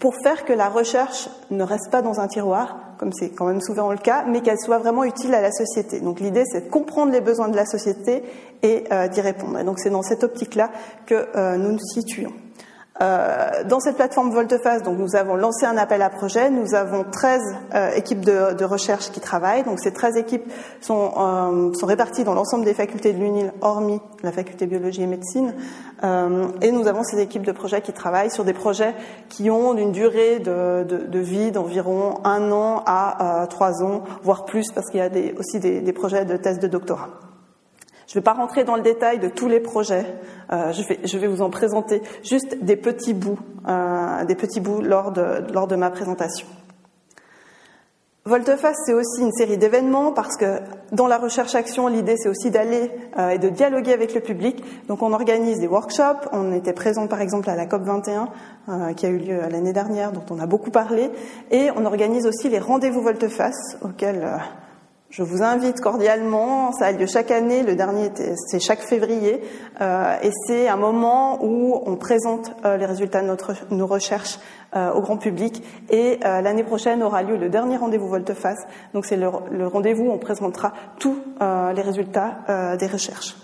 pour faire que la recherche ne reste pas dans un tiroir, comme c'est quand même souvent le cas, mais qu'elle soit vraiment utile à la société. Donc l'idée, c'est de comprendre les besoins de la société et d'y répondre. Et donc c'est dans cette optique-là que nous nous situons. Dans cette plateforme Volte-Face, donc nous avons lancé un appel à projet. Nous avons 13 équipes de recherche qui travaillent. Donc ces 13 équipes sont réparties dans l'ensemble des facultés de l'UNIL, hormis la faculté biologie et médecine. Et nous avons ces équipes de projet qui travaillent sur des projets qui ont une durée de vie d'environ 1 an à 3 ans, voire plus, parce qu'il y a aussi des projets de thèse de doctorat. Je ne vais pas rentrer dans le détail de tous les projets. Je vais vous en présenter juste des petits bouts lors de ma présentation. Volte-Face, c'est aussi une série d'événements parce que dans la recherche-action, l'idée c'est aussi d'aller et de dialoguer avec le public. Donc on organise des workshops. On était présent par exemple à la COP21 qui a eu lieu l'année dernière, dont on a beaucoup parlé. Et on organise aussi les rendez-vous Volte-Face auxquels je vous invite cordialement. Ça a lieu chaque année. Le dernier, c'est chaque février. Et c'est un moment où on présente les résultats de nos recherches au grand public. Et l'année prochaine aura lieu le dernier rendez-vous Volte-Face. Donc c'est le rendez-vous où on présentera tous les résultats des recherches.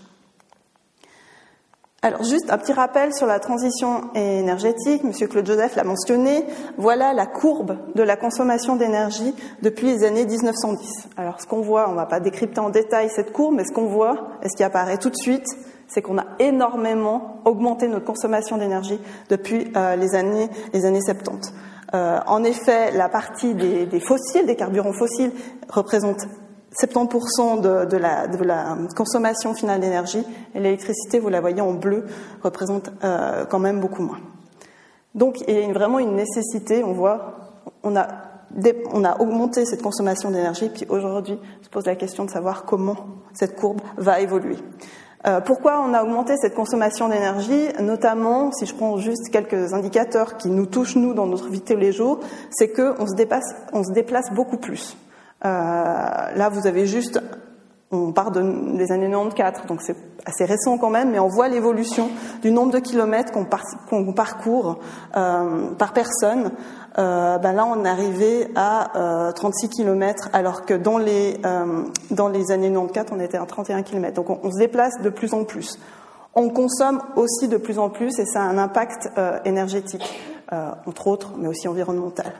Alors, juste un petit rappel sur la transition énergétique. Monsieur Claude Joseph l'a mentionné. Voilà la courbe de la consommation d'énergie depuis les années 1910. Alors, ce qu'on voit, on ne va pas décrypter en détail cette courbe, mais ce qu'on voit, et ce qui apparaît tout de suite, c'est qu'on a énormément augmenté notre consommation d'énergie depuis les années 70. En effet, la partie des fossiles, des carburants fossiles, représente 70% de la consommation finale d'énergie, et l'électricité, vous la voyez en bleu, représente quand même beaucoup moins. Donc il y a vraiment une nécessité, on voit, on a augmenté cette consommation d'énergie, puis aujourd'hui se pose la question de savoir comment cette courbe va évoluer. Pourquoi on a augmenté cette consommation d'énergie, notamment, si je prends juste quelques indicateurs qui nous touchent nous dans notre vie de tous les jours, c'est qu'on se déplace beaucoup plus. Là, vous avez juste, on part des années 94, donc c'est assez récent quand même, mais on voit l'évolution du nombre de kilomètres qu'on parcourt par personne. Là, on est arrivé à 36 kilomètres, alors que dans les années 94, on était à 31 kilomètres. Donc, on se déplace de plus en plus. On consomme aussi de plus en plus, et ça a un impact énergétique, entre autres, mais aussi environnemental.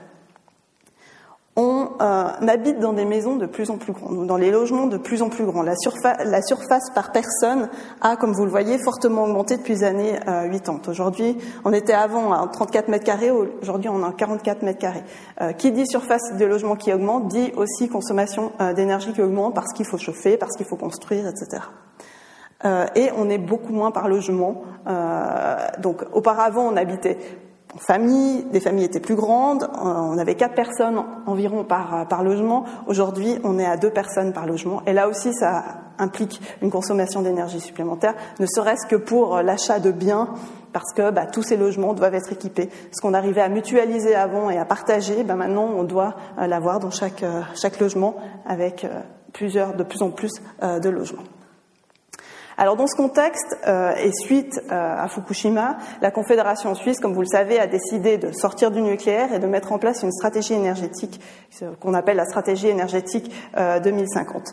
On habite dans des maisons de plus en plus grandes, dans les logements de plus en plus grands. La surface par personne a, comme vous le voyez, fortement augmenté depuis les années 80. Aujourd'hui, on était avant à 34 mètres carrés, aujourd'hui on a 44 mètres carrés. Qui dit surface de logement qui augmente, dit aussi consommation d'énergie qui augmente parce qu'il faut chauffer, parce qu'il faut construire, etc. Et on est beaucoup moins par logement. Donc auparavant, on habitait en famille, les familles étaient plus grandes, on avait 4 personnes environ par logement. Aujourd'hui, on est à 2 personnes par logement. Et là aussi, ça implique une consommation d'énergie supplémentaire, ne serait-ce que pour l'achat de biens, parce que tous ces logements doivent être équipés. Ce qu'on arrivait à mutualiser avant et à partager, maintenant, on doit l'avoir dans chaque logement, avec de plus en plus de logements. Alors dans ce contexte, et suite à Fukushima, la Confédération suisse, comme vous le savez, a décidé de sortir du nucléaire et de mettre en place une stratégie énergétique qu'on appelle la stratégie énergétique 2050.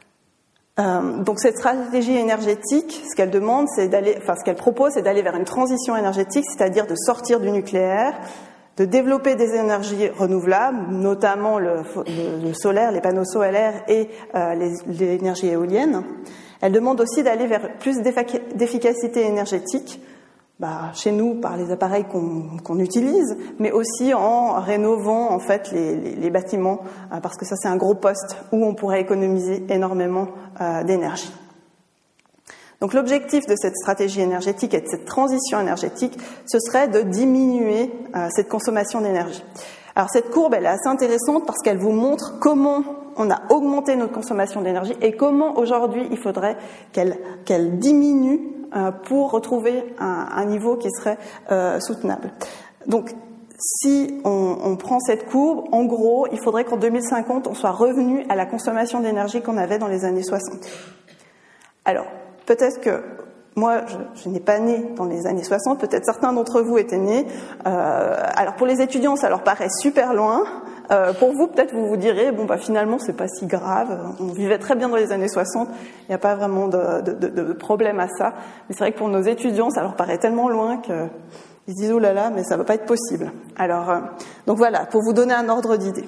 Donc cette stratégie énergétique, ce qu'elle propose, c'est d'aller vers une transition énergétique, c'est-à-dire de sortir du nucléaire, de développer des énergies renouvelables, notamment le solaire, les panneaux solaires et l'énergie éolienne. Elle demande aussi d'aller vers plus d'efficacité énergétique, chez nous par les appareils qu'on utilise, mais aussi en rénovant en fait les bâtiments, parce que ça c'est un gros poste où on pourrait économiser énormément d'énergie. Donc l'objectif de cette stratégie énergétique et de cette transition énergétique, ce serait de diminuer cette consommation d'énergie. Alors cette courbe, elle est assez intéressante parce qu'elle vous montre comment on a augmenté notre consommation d'énergie et comment aujourd'hui il faudrait qu'elle diminue pour retrouver un niveau qui serait soutenable. Donc si on prend cette courbe, en gros, il faudrait qu'en 2050, on soit revenu à la consommation d'énergie qu'on avait dans les années 60. Alors, peut-être que moi, je n'ai pas né dans les années 60, peut-être certains d'entre vous étaient nés. Alors pour les étudiants, ça leur paraît super loin. Pour vous, peut-être vous vous direz, bon bah finalement c'est pas si grave, on vivait très bien dans les années 60, il n'y a pas vraiment de problème à ça. Mais c'est vrai que pour nos étudiants, ça leur paraît tellement loin qu'ils se disent oh là là, mais ça va pas être possible. Alors donc voilà, pour vous donner un ordre d'idée.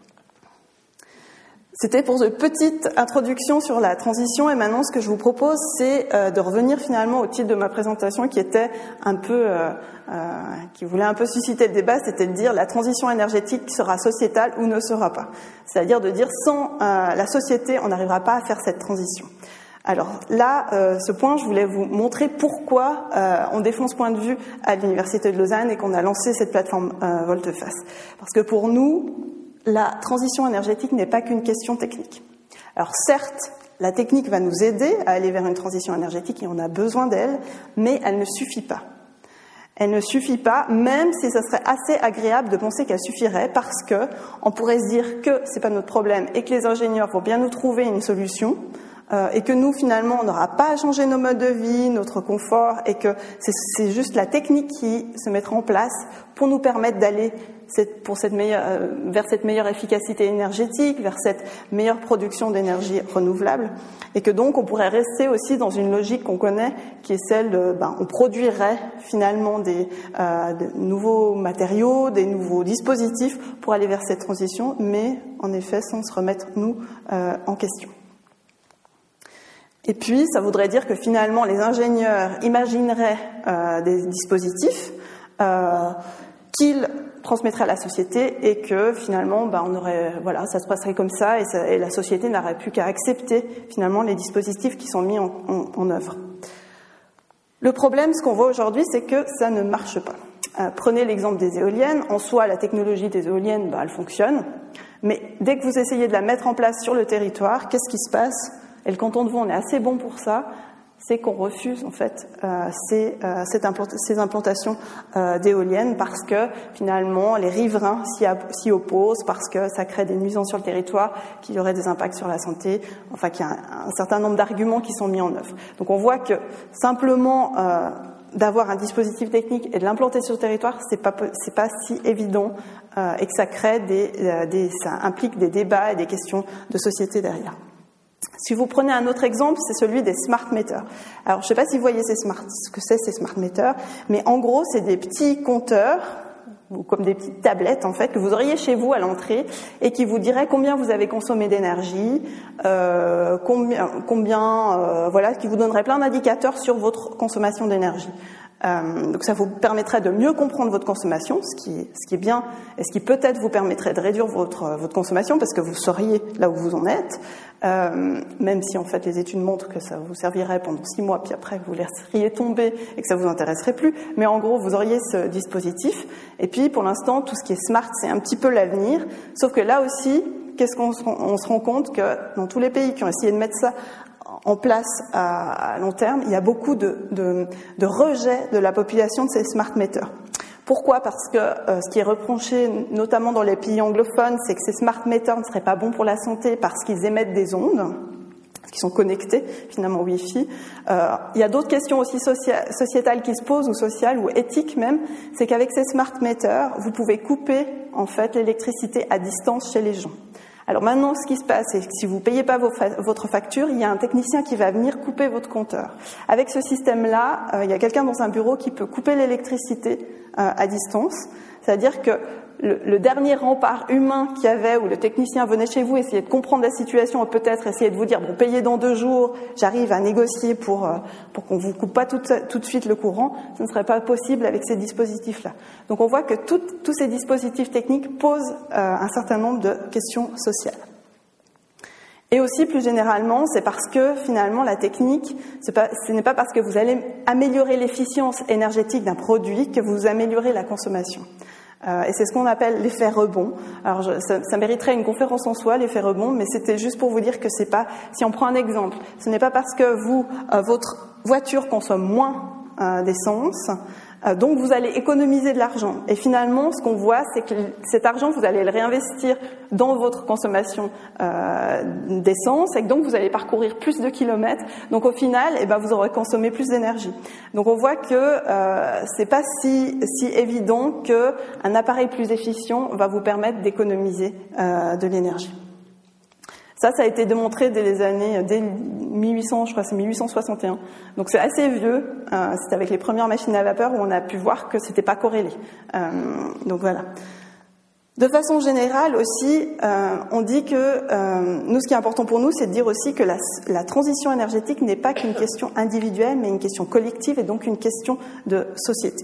C'était pour une petite introduction sur la transition, et maintenant ce que je vous propose, c'est de revenir finalement au titre de ma présentation qui était un peu, qui voulait un peu susciter le débat, c'était de dire la transition énergétique sera sociétale ou ne sera pas. C'est-à-dire de dire sans la société, on n'arrivera pas à faire cette transition. Alors là, ce point, je voulais vous montrer pourquoi on défend ce point de vue à l'Université de Lausanne et qu'on a lancé cette plateforme Volte-Face. Parce que pour nous, la transition énergétique n'est pas qu'une question technique. Alors certes, la technique va nous aider à aller vers une transition énergétique et on a besoin d'elle, mais elle ne suffit pas. Elle ne suffit pas, même si ça serait assez agréable de penser qu'elle suffirait, parce que on pourrait se dire que c'est pas notre problème et que les ingénieurs vont bien nous trouver une solution, et que nous finalement on n'aura pas à changer nos modes de vie, notre confort, et que c'est juste la technique qui se mettra en place pour nous permettre d'aller vers cette meilleure efficacité énergétique, vers cette meilleure production d'énergie renouvelable, et que donc on pourrait rester aussi dans une logique qu'on connaît, qui est celle de, on produirait finalement de nouveaux matériaux, des nouveaux dispositifs pour aller vers cette transition, mais en effet sans se remettre nous en question. Et puis, ça voudrait dire que finalement, les ingénieurs imagineraient des dispositifs qu'ils transmettraient à la société et que finalement, on aurait, voilà, ça se passerait comme ça et la société n'aurait plus qu'à accepter finalement les dispositifs qui sont mis en œuvre. Le problème, ce qu'on voit aujourd'hui, c'est que ça ne marche pas. Prenez l'exemple des éoliennes. En soi, la technologie des éoliennes, elle fonctionne. Mais dès que vous essayez de la mettre en place sur le territoire, qu'est-ce qui se passe ? Et le canton de Vaud, on est assez bon pour ça, c'est qu'on refuse en fait ces implantations d'éoliennes parce que finalement les riverains s'y opposent, parce que ça crée des nuisances sur le territoire, qu'il y aurait des impacts sur la santé, enfin qu'il y a un certain nombre d'arguments qui sont mis en œuvre. Donc on voit que simplement d'avoir un dispositif technique et de l'implanter sur le territoire, c'est pas si évident et que ça crée ça implique des débats et des questions de société derrière. Si vous prenez un autre exemple, c'est celui des smart meters. Alors, je ne sais pas si vous voyez ce que c'est ces smart meters, mais en gros, c'est des petits compteurs, ou comme des petites tablettes en fait, que vous auriez chez vous à l'entrée et qui vous diraient combien vous avez consommé d'énergie, voilà, qui vous donnerait plein d'indicateurs sur votre consommation d'énergie. Donc ça vous permettrait de mieux comprendre votre consommation, ce qui est bien, et ce qui peut-être vous permettrait de réduire votre consommation parce que vous sauriez là où vous en êtes, même si en fait les études montrent que ça vous servirait pendant 6 mois, puis après vous laisseriez tomber et que ça vous intéresserait plus, mais en gros vous auriez ce dispositif. Et puis pour l'instant tout ce qui est smart c'est un petit peu l'avenir, sauf que là aussi qu'est-ce qu'on se rend compte que dans tous les pays qui ont essayé de mettre ça en place à long terme, il y a beaucoup de rejet de la population de ces smart meters. Pourquoi ? Parce que ce qui est reproché, notamment dans les pays anglophones, c'est que ces smart meters ne seraient pas bons pour la santé parce qu'ils émettent des ondes, qui sont connectés finalement au Wi-Fi. Il y a d'autres questions aussi sociétales qui se posent, ou sociales, ou éthiques même, c'est qu'avec ces smart meters, vous pouvez couper en fait l'électricité à distance chez les gens. Alors maintenant, ce qui se passe, c'est que si vous ne payez pas votre facture, il y a un technicien qui va venir couper votre compteur. Avec ce système-là, il y a quelqu'un dans un bureau qui peut couper l'électricité à distance. C'est-à-dire que le dernier rempart humain qu'il y avait, où le technicien venait chez vous essayer de comprendre la situation et peut-être essayer de vous dire, bon, payez dans 2 jours, j'arrive à négocier pour qu'on vous coupe pas tout de suite le courant, ce ne serait pas possible avec ces dispositifs-là. Donc on voit que tous ces dispositifs techniques posent un certain nombre de questions sociales. Et aussi, plus généralement, c'est parce que, finalement, la technique, ce n'est pas parce que vous allez améliorer l'efficience énergétique d'un produit que vous améliorez la consommation. Et c'est ce qu'on appelle l'effet rebond. Alors, ça mériterait une conférence en soi, l'effet rebond, mais c'était juste pour vous dire que c'est pas, si on prend un exemple, ce n'est pas parce que votre voiture consomme moins d'essence Donc vous allez économiser de l'argent. Et finalement, ce qu'on voit, c'est que cet argent, vous allez le réinvestir dans votre consommation d'essence, et que donc vous allez parcourir plus de kilomètres. Donc au final, vous aurez consommé plus d'énergie. Donc on voit que c'est pas si évident qu'un appareil plus efficient va vous permettre d'économiser de l'énergie. Ça a été démontré dès 1800, je crois c'est 1861. Donc c'est assez vieux. C'est avec les premières machines à vapeur où on a pu voir que c'était pas corrélé. Donc voilà. De façon générale aussi, on dit que nous, ce qui est important pour nous, c'est de dire aussi que la transition énergétique n'est pas qu'une question individuelle, mais une question collective et donc une question de société.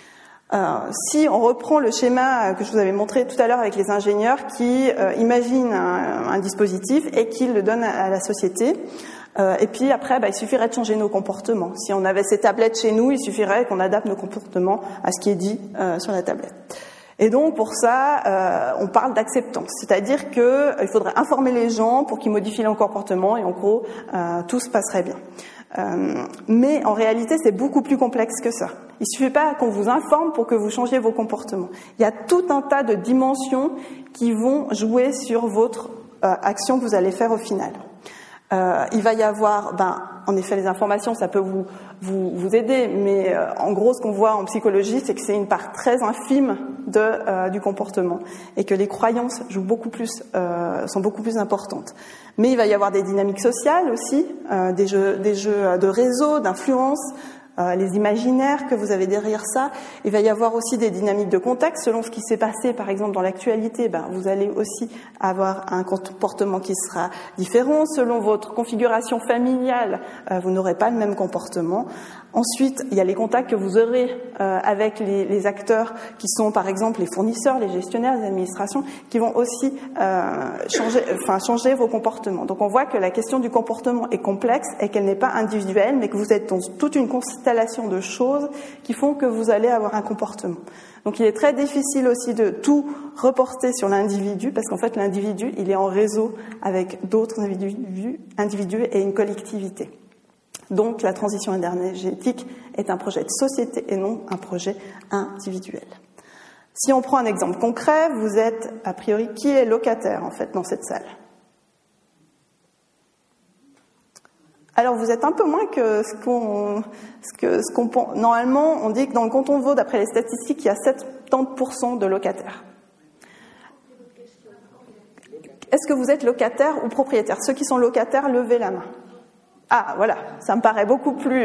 Si on reprend le schéma que je vous avais montré tout à l'heure avec les ingénieurs qui imaginent un dispositif et qui le donnent à la société, et puis après, il suffirait de changer nos comportements. Si on avait ces tablettes chez nous, il suffirait qu'on adapte nos comportements à ce qui est dit sur la tablette. Et donc pour ça, on parle d'acceptance, c'est-à-dire qu'il faudrait informer les gens pour qu'ils modifient leur comportement et en gros, tout se passerait bien. Mais en réalité, c'est beaucoup plus complexe que ça. Il suffit pas qu'on vous informe pour que vous changiez vos comportements. Il y a tout un tas de dimensions qui vont jouer sur votre action que vous allez faire au final. Il va y avoir, en effet, les informations, ça peut vous aider, mais en gros, ce qu'on voit en psychologie, c'est que c'est une part très infime du comportement et que les croyances sont beaucoup plus importantes. Mais il va y avoir des dynamiques sociales aussi, des jeux de réseau, d'influence, les imaginaires que vous avez derrière ça. Il va y avoir aussi des dynamiques de contexte. Selon ce qui s'est passé, par exemple, dans l'actualité, vous allez aussi avoir un comportement qui sera différent. Selon votre configuration familiale, vous n'aurez pas le même comportement. Ensuite, il y a les contacts que vous aurez avec les acteurs qui sont, par exemple, les fournisseurs, les gestionnaires, les administrations, qui vont aussi changer vos comportements. Donc on voit que la question du comportement est complexe et qu'elle n'est pas individuelle, mais que vous êtes dans toute une constellation de choses qui font que vous allez avoir un comportement. Donc il est très difficile aussi de tout reporter sur l'individu, parce qu'en fait l'individu, il est en réseau avec d'autres individus et une collectivité. Donc la transition énergétique est un projet de société et non un projet individuel. Si on prend un exemple concret, vous êtes a priori qui est locataire en fait dans cette salle? Alors vous êtes un peu moins que ce qu'on pense. Normalement, on dit que dans le canton de Vaud, d'après les statistiques, il y a 70% de locataires. Est-ce que vous êtes locataire ou propriétaire? Ceux qui sont locataires, levez la main. Ah, voilà, ça me paraît beaucoup plus...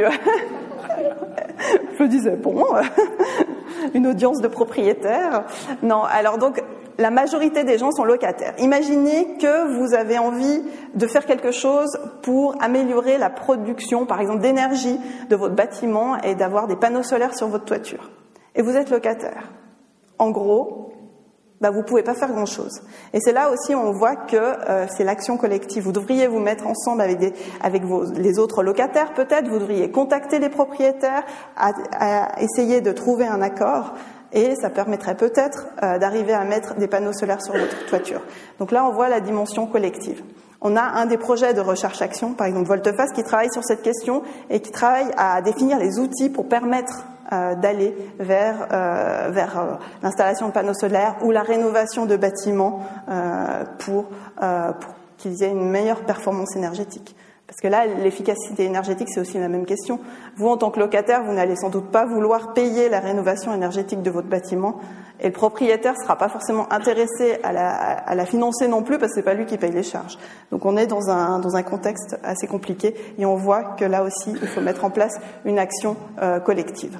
Je me disais, une audience de propriétaires. Non, alors donc, la majorité des gens sont locataires. Imaginez que vous avez envie de faire quelque chose pour améliorer la production, par exemple, d'énergie de votre bâtiment et d'avoir des panneaux solaires sur votre toiture. Et vous êtes locataire. En gros... vous pouvez pas faire grand-chose. Et c'est là aussi où on voit que c'est l'action collective. Vous devriez vous mettre ensemble avec les autres locataires, peut-être. Vous devriez contacter les propriétaires, à essayer de trouver un accord. Et ça permettrait peut-être d'arriver à mettre des panneaux solaires sur votre toiture. Donc là, on voit la dimension collective. On a un des projets de recherche-action, par exemple Volteface, qui travaille sur cette question et qui travaille à définir les outils pour permettre d'aller vers l'installation de panneaux solaires ou la rénovation de bâtiments pour qu'ils aient une meilleure performance énergétique. Parce que là, l'efficacité énergétique, c'est aussi la même question. Vous, en tant que locataire, vous n'allez sans doute pas vouloir payer la rénovation énergétique de votre bâtiment. Et le propriétaire ne sera pas forcément intéressé à la financer non plus, parce que c'est pas lui qui paye les charges. Donc on est dans un contexte assez compliqué. Et on voit que là aussi, il faut mettre en place une action collective.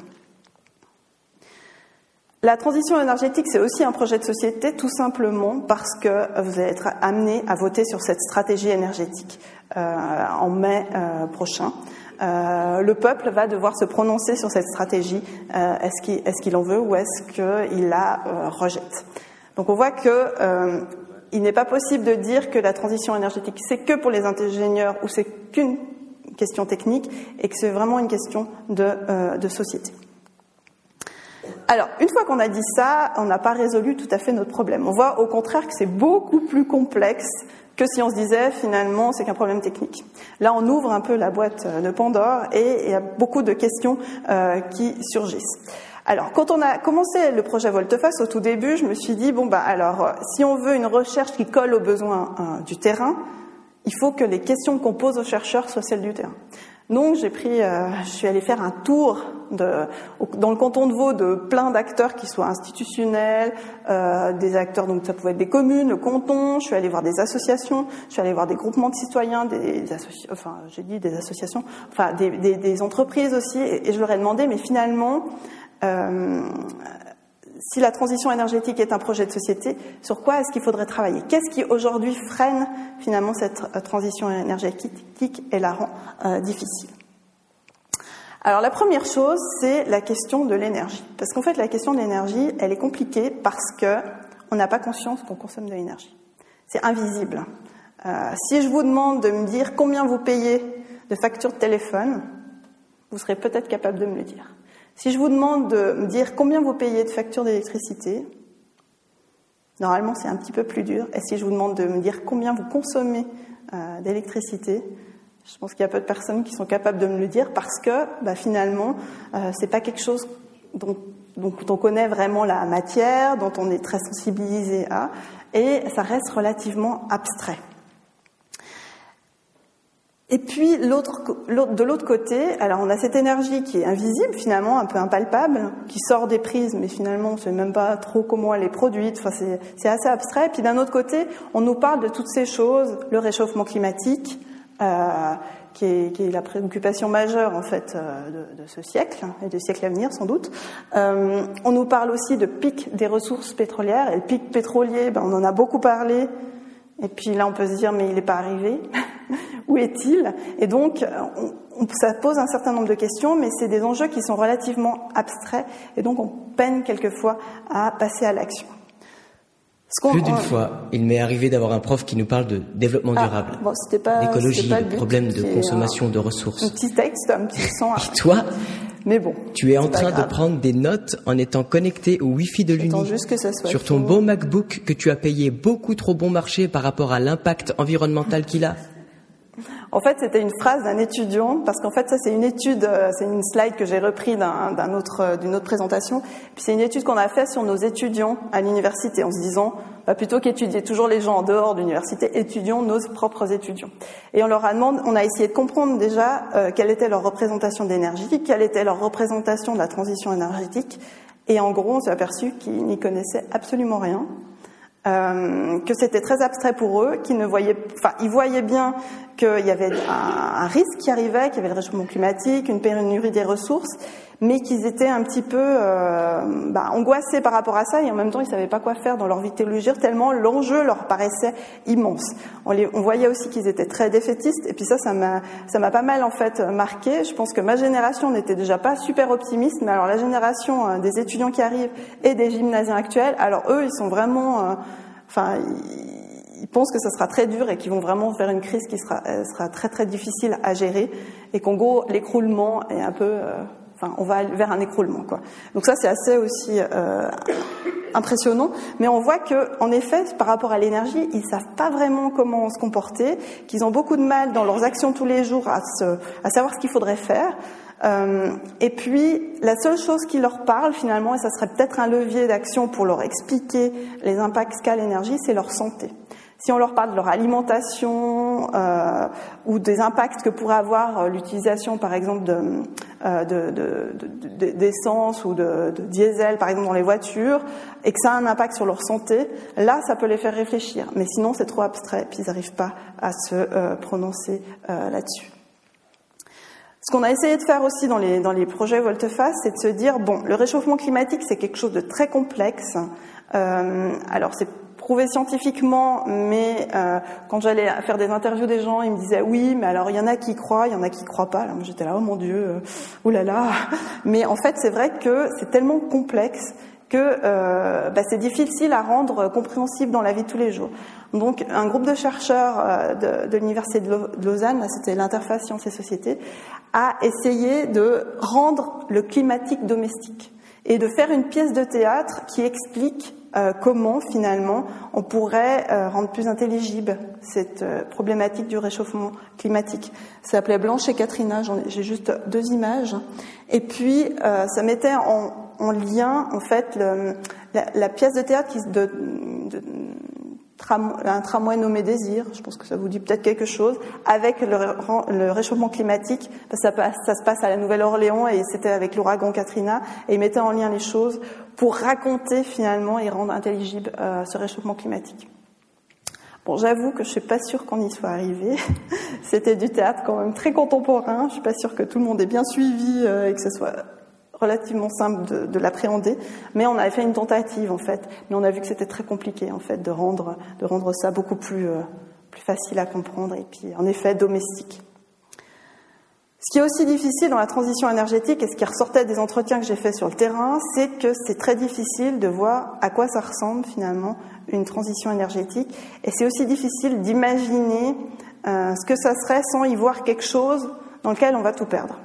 La transition énergétique, c'est aussi un projet de société, tout simplement parce que vous allez être amené à voter sur cette stratégie énergétique en mai prochain. Le peuple va devoir se prononcer sur cette stratégie. Est-ce qu'il en veut ou est-ce qu'il la rejette? Donc on voit que il n'est pas possible de dire que la transition énergétique, c'est que pour les ingénieurs ou c'est qu'une question technique et que c'est vraiment une question de société. Alors, une fois qu'on a dit ça, on n'a pas résolu tout à fait notre problème. On voit au contraire que c'est beaucoup plus complexe que si on se disait finalement c'est qu'un problème technique. Là, on ouvre un peu la boîte de Pandore et il y a beaucoup de questions qui surgissent. Alors, quand on a commencé le projet Volte-Face, au tout début, je me suis dit, si on veut une recherche qui colle aux besoins du terrain, il faut que les questions qu'on pose aux chercheurs soient celles du terrain. Donc, je suis allée faire un tour dans le canton de Vaud de plein d'acteurs qui soient institutionnels, des acteurs, donc ça pouvait être des communes, le canton. Je suis allée voir des associations, je suis allée voir des groupements de citoyens, des entreprises aussi, et je leur ai demandé, mais finalement, si la transition énergétique est un projet de société, sur quoi est-ce qu'il faudrait travailler? Qu'est-ce qui aujourd'hui freine finalement cette transition énergétique et la rend difficile? Alors la première chose, c'est la question de l'énergie. Parce qu'en fait, la question de l'énergie, elle est compliquée parce que on n'a pas conscience qu'on consomme de l'énergie. C'est invisible. Si je vous demande de me dire combien vous payez de facture de téléphone, vous serez peut-être capable de me le dire. Si je vous demande de me dire combien vous payez de facture d'électricité, normalement c'est un petit peu plus dur. Et si je vous demande de me dire combien vous consommez d'électricité, je pense qu'il y a peu de personnes qui sont capables de me le dire parce que finalement c'est pas quelque chose dont on connaît vraiment la matière, dont on est très sensibilisé à, et ça reste relativement abstrait. Et puis de l'autre côté, alors on a cette énergie qui est invisible finalement, un peu impalpable, qui sort des prises, mais finalement on ne sait même pas trop comment elle est produite. Enfin c'est assez abstrait. Et puis d'un autre côté, on nous parle de toutes ces choses, le réchauffement climatique, qui est la préoccupation majeure en fait de ce siècle et du siècle à venir sans doute. On nous parle aussi de pic des ressources pétrolières, et le pic pétrolier, on en a beaucoup parlé. Et puis là, on peut se dire, mais il n'est pas arrivé. Où est-il? Et donc, ça pose un certain nombre de questions, mais c'est des enjeux qui sont relativement abstraits, et donc on peine quelquefois à passer à l'action. Plus d'une fois, il m'est arrivé d'avoir un prof qui nous parle de développement durable, d'écologie, de problèmes de consommation de ressources. Un petit texte, un petit son. Et toi, mais bon, tu es en train de prendre des notes en étant connecté au Wi-Fi de l'Uni sur ton beau MacBook que tu as payé beaucoup trop bon marché par rapport à l'impact environnemental qu'il a. En fait, c'était une phrase d'un étudiant, parce qu'en fait, ça, c'est une étude, c'est une slide que j'ai repris d'une autre présentation. Puis c'est une étude qu'on a faite sur nos étudiants à l'université, en se disant, plutôt qu'étudier toujours les gens en dehors de l'université, étudions nos propres étudiants. Et on a essayé de comprendre déjà quelle était leur représentation d'énergie, quelle était leur représentation de la transition énergétique. Et en gros, on s'est aperçu qu'ils n'y connaissaient absolument rien. Que c'était très abstrait pour eux, ils voyaient bien qu'il y avait un risque qui arrivait, qu'il y avait le réchauffement climatique, une pénurie des ressources, mais qu'ils étaient un petit peu angoissés par rapport à ça, et en même temps ils savaient pas quoi faire dans leur vie de tous les jours, tellement l'enjeu leur paraissait immense. On voyait aussi qu'ils étaient très défaitistes, et puis ça m'a pas mal en fait marqué. Je pense que ma génération n'était déjà pas super optimiste, mais alors la génération des étudiants qui arrivent et des gymnasiens actuels, alors eux ils sont vraiment ils pensent que ça sera très dur et qu'ils vont vraiment faire une crise qui sera très très difficile à gérer, et qu'en gros l'écroulement est un peu on va vers un écroulement quoi. Donc ça c'est assez aussi impressionnant, mais on voit que en effet par rapport à l'énergie, ils savent pas vraiment comment se comporter, qu'ils ont beaucoup de mal dans leurs actions tous les jours à savoir ce qu'il faudrait faire. Et puis la seule chose qui leur parle finalement, et ça serait peut-être un levier d'action pour leur expliquer les impacts qu'a l'énergie, c'est leur santé. Si on leur parle de leur alimentation ou des impacts que pourrait avoir l'utilisation par exemple d'essence ou de diesel par exemple dans les voitures, et que ça a un impact sur leur santé, là ça peut les faire réfléchir. Mais sinon c'est trop abstrait, puis ils n'arrivent pas à se prononcer là-dessus. Ce qu'on a essayé de faire aussi dans les projets Volte-Face, c'est de se dire, le réchauffement climatique, c'est quelque chose de très complexe. Alors, c'est prouvé scientifiquement, mais quand j'allais faire des interviews des gens, ils me disaient, oui, mais alors, il y en a qui y croient, il y en a qui y croient pas. Alors, moi, j'étais là, oh mon Dieu, oulala. Mais en fait, c'est vrai que c'est tellement complexe que c'est difficile à rendre compréhensible dans la vie de tous les jours. Donc, un groupe de chercheurs de l'Université de Lausanne, là, c'était l'Interface Sciences et Sociétés, a essayé de rendre le climatique domestique et de faire une pièce de théâtre qui explique comment, finalement, on pourrait rendre plus intelligible cette problématique du réchauffement climatique. Ça s'appelait Blanche et Katrina, j'ai juste 2 images. Et puis, ça mettait en lien, en fait, la pièce de théâtre un tramway nommé Désir, je pense que ça vous dit peut-être quelque chose, avec le réchauffement climatique. Ça se passe à la Nouvelle-Orléans et c'était avec l'ouragan Katrina, et ils mettaient en lien les choses pour raconter finalement et rendre intelligible ce réchauffement climatique. Bon, j'avoue que je suis pas sûre qu'on y soit arrivé. C'était du théâtre quand même très contemporain. Je suis pas sûre que tout le monde ait bien suivi et que ce soit relativement simple de l'appréhender. Mais on avait fait une tentative en fait. Mais on a vu que c'était très compliqué en fait de rendre ça beaucoup plus facile à comprendre et puis en effet domestique. Ce qui est aussi difficile dans la transition énergétique et ce qui ressortait des entretiens que j'ai faits sur le terrain, c'est que c'est très difficile de voir à quoi ça ressemble finalement une transition énergétique. Et c'est aussi difficile d'imaginer ce que ça serait sans y voir quelque chose dans lequel on va tout perdre.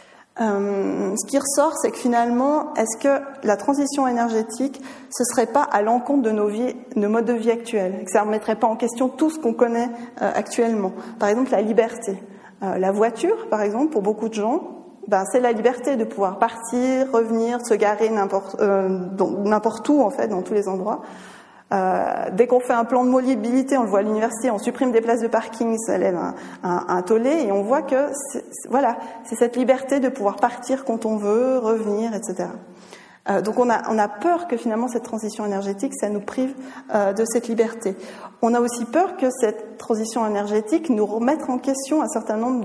Ce qui ressort, c'est que finalement, est-ce que la transition énergétique, ce serait pas à l'encontre de nos modes de vie actuels, que ça ne remettrait pas en question tout ce qu'on connaît actuellement. Par exemple, la liberté. La voiture, par exemple, pour beaucoup de gens, c'est la liberté de pouvoir partir, revenir, se garer n'importe où, en fait, dans tous les endroits. Dès qu'on fait un plan de mobilité, on le voit à l'université, on supprime des places de parking, ça lève un tollé, et on voit que c'est cette liberté de pouvoir partir quand on veut, revenir, etc. Donc on a peur que finalement cette transition énergétique, ça nous prive de cette liberté. On a aussi peur que cette transition énergétique nous remette en question un certain nombre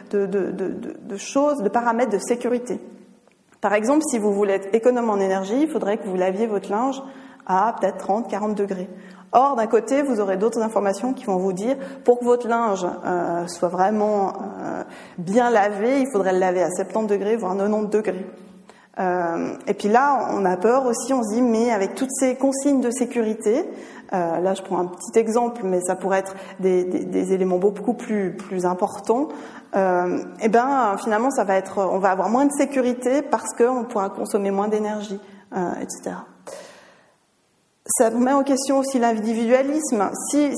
de choses, de paramètres de sécurité. Par exemple, si vous voulez être économe en énergie, il faudrait que vous laviez votre linge à peut-être 30, 40 degrés. Or, d'un côté, vous aurez d'autres informations qui vont vous dire, pour que votre linge soit vraiment bien lavé, il faudrait le laver à 70 degrés, voire 90 degrés. Et puis là, on a peur aussi, on se dit, mais avec toutes ces consignes de sécurité, là je prends un petit exemple, mais ça pourrait être des éléments beaucoup plus importants, finalement on va avoir moins de sécurité parce qu'on pourra consommer moins d'énergie, etc. Ça met en question aussi l'individualisme.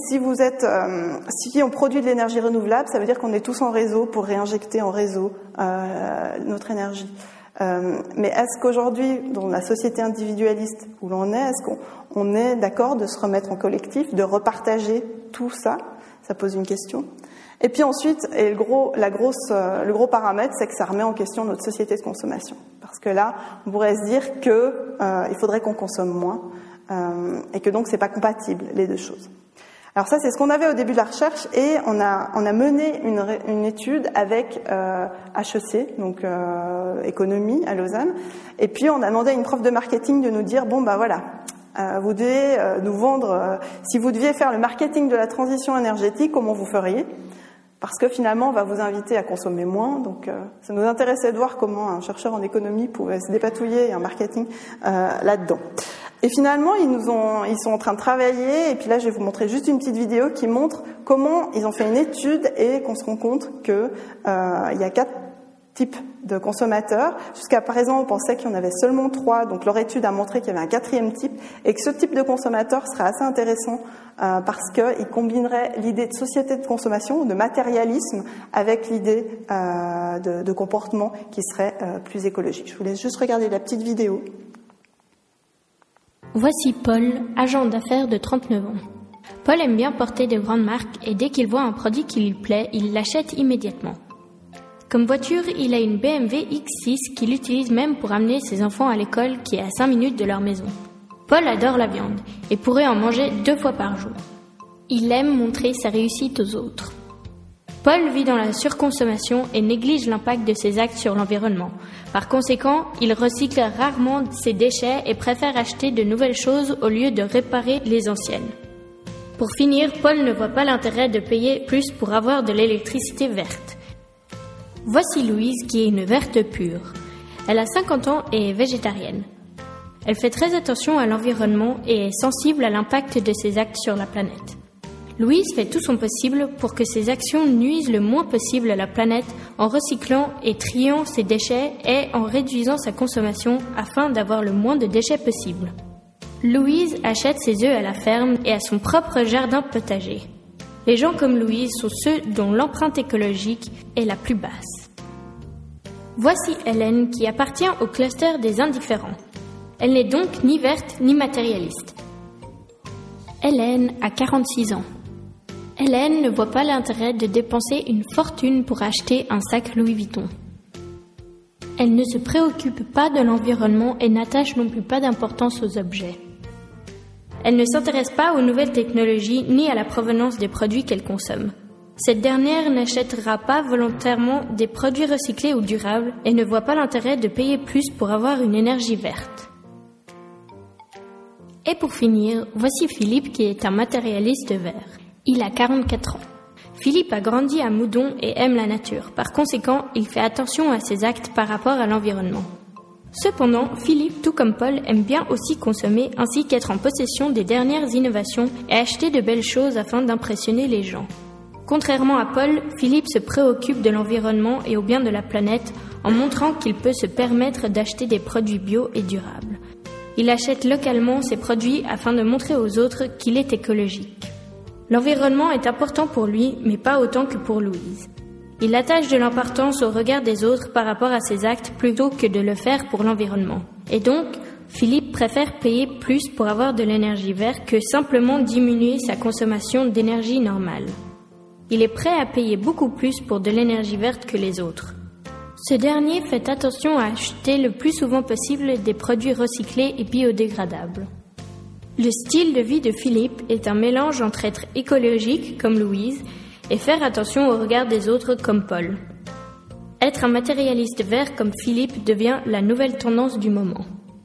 Si on produit de l'énergie renouvelable, ça veut dire qu'on est tous en réseau pour réinjecter en réseau notre énergie. Mais est-ce qu'aujourd'hui, dans la société individualiste où l'on est, est-ce qu'on est d'accord de se remettre en collectif, de repartager tout ça ? Ça pose une question. Et puis ensuite, le gros paramètre, c'est que ça remet en question notre société de consommation. Parce que là, on pourrait se dire que il faudrait qu'on consomme moins. Et que donc c'est pas compatible les deux choses. Alors ça c'est ce qu'on avait au début de la recherche et on a mené une étude avec HEC, donc économie à Lausanne, et puis on a demandé à une prof de marketing de nous dire vous devez nous vendre si vous deviez faire le marketing de la transition énergétique, comment vous feriez ? Parce que finalement, on va vous inviter à consommer moins. Donc, ça nous intéressait de voir comment un chercheur en économie pouvait se dépatouiller en marketing là-dedans. Et finalement, ils sont en train de travailler. Et puis là, je vais vous montrer juste une petite vidéo qui montre comment ils ont fait une étude et qu'on se rend compte que il y a 4 types de consommateurs. Jusqu'à présent, on pensait qu'il y en avait seulement 3. Donc, leur étude a montré qu'il y avait un 4e type et que ce type de consommateur serait assez intéressant parce qu'il combinerait l'idée de société de consommation, de matérialisme, avec l'idée de comportement qui serait plus écologique. Je vous laisse juste regarder la petite vidéo. Voici Paul, agent d'affaires de 39 ans. Paul aime bien porter de grandes marques et dès qu'il voit un produit qui lui plaît, il l'achète immédiatement. Comme voiture, il a une BMW X6 qu'il utilise même pour amener ses enfants à l'école qui est à 5 minutes de leur maison. Paul adore la viande et pourrait en manger 2 fois par jour. Il aime montrer sa réussite aux autres. Paul vit dans la surconsommation et néglige l'impact de ses actes sur l'environnement. Par conséquent, il recycle rarement ses déchets et préfère acheter de nouvelles choses au lieu de réparer les anciennes. Pour finir, Paul ne voit pas l'intérêt de payer plus pour avoir de l'électricité verte. Voici Louise qui est une verte pure. Elle a 50 ans et est végétarienne. Elle fait très attention à l'environnement et est sensible à l'impact de ses actes sur la planète. Louise fait tout son possible pour que ses actions nuisent le moins possible à la planète en recyclant et triant ses déchets et en réduisant sa consommation afin d'avoir le moins de déchets possible. Louise achète ses œufs à la ferme et a son propre jardin potager. Les gens comme Louise sont ceux dont l'empreinte écologique est la plus basse. Voici Hélène qui appartient au cluster des indifférents. Elle n'est donc ni verte ni matérialiste. Hélène a 46 ans. Hélène ne voit pas l'intérêt de dépenser une fortune pour acheter un sac Louis Vuitton. Elle ne se préoccupe pas de l'environnement et n'attache non plus pas d'importance aux objets. Elle ne s'intéresse pas aux nouvelles technologies ni à la provenance des produits qu'elle consomme. Cette dernière n'achètera pas volontairement des produits recyclés ou durables et ne voit pas l'intérêt de payer plus pour avoir une énergie verte. Et pour finir, voici Philippe qui est un matérialiste vert. Il a 44 ans. Philippe a grandi à Moudon et aime la nature. Par conséquent, il fait attention à ses actes par rapport à l'environnement. Cependant, Philippe, tout comme Paul, aime bien aussi consommer ainsi qu'être en possession des dernières innovations et acheter de belles choses afin d'impressionner les gens. Contrairement à Paul, Philippe se préoccupe de l'environnement et au bien de la planète en montrant qu'il peut se permettre d'acheter des produits bio et durables. Il achète localement ses produits afin de montrer aux autres qu'il est écologique. L'environnement est important pour lui, mais pas autant que pour Louise. Il attache de l'importance au regard des autres par rapport à ses actes plutôt que de le faire pour l'environnement. Et donc, Philippe préfère payer plus pour avoir de l'énergie verte que simplement diminuer sa consommation d'énergie normale. Il est prêt à payer beaucoup plus pour de l'énergie verte que les autres. Ce dernier fait attention à acheter le plus souvent possible des produits recyclés et biodégradables. Le style de vie de Philippe est un mélange entre être écologique, comme Louise, et faire attention au regard des autres, comme Paul. Être un matérialiste vert comme Philippe devient la nouvelle tendance du moment.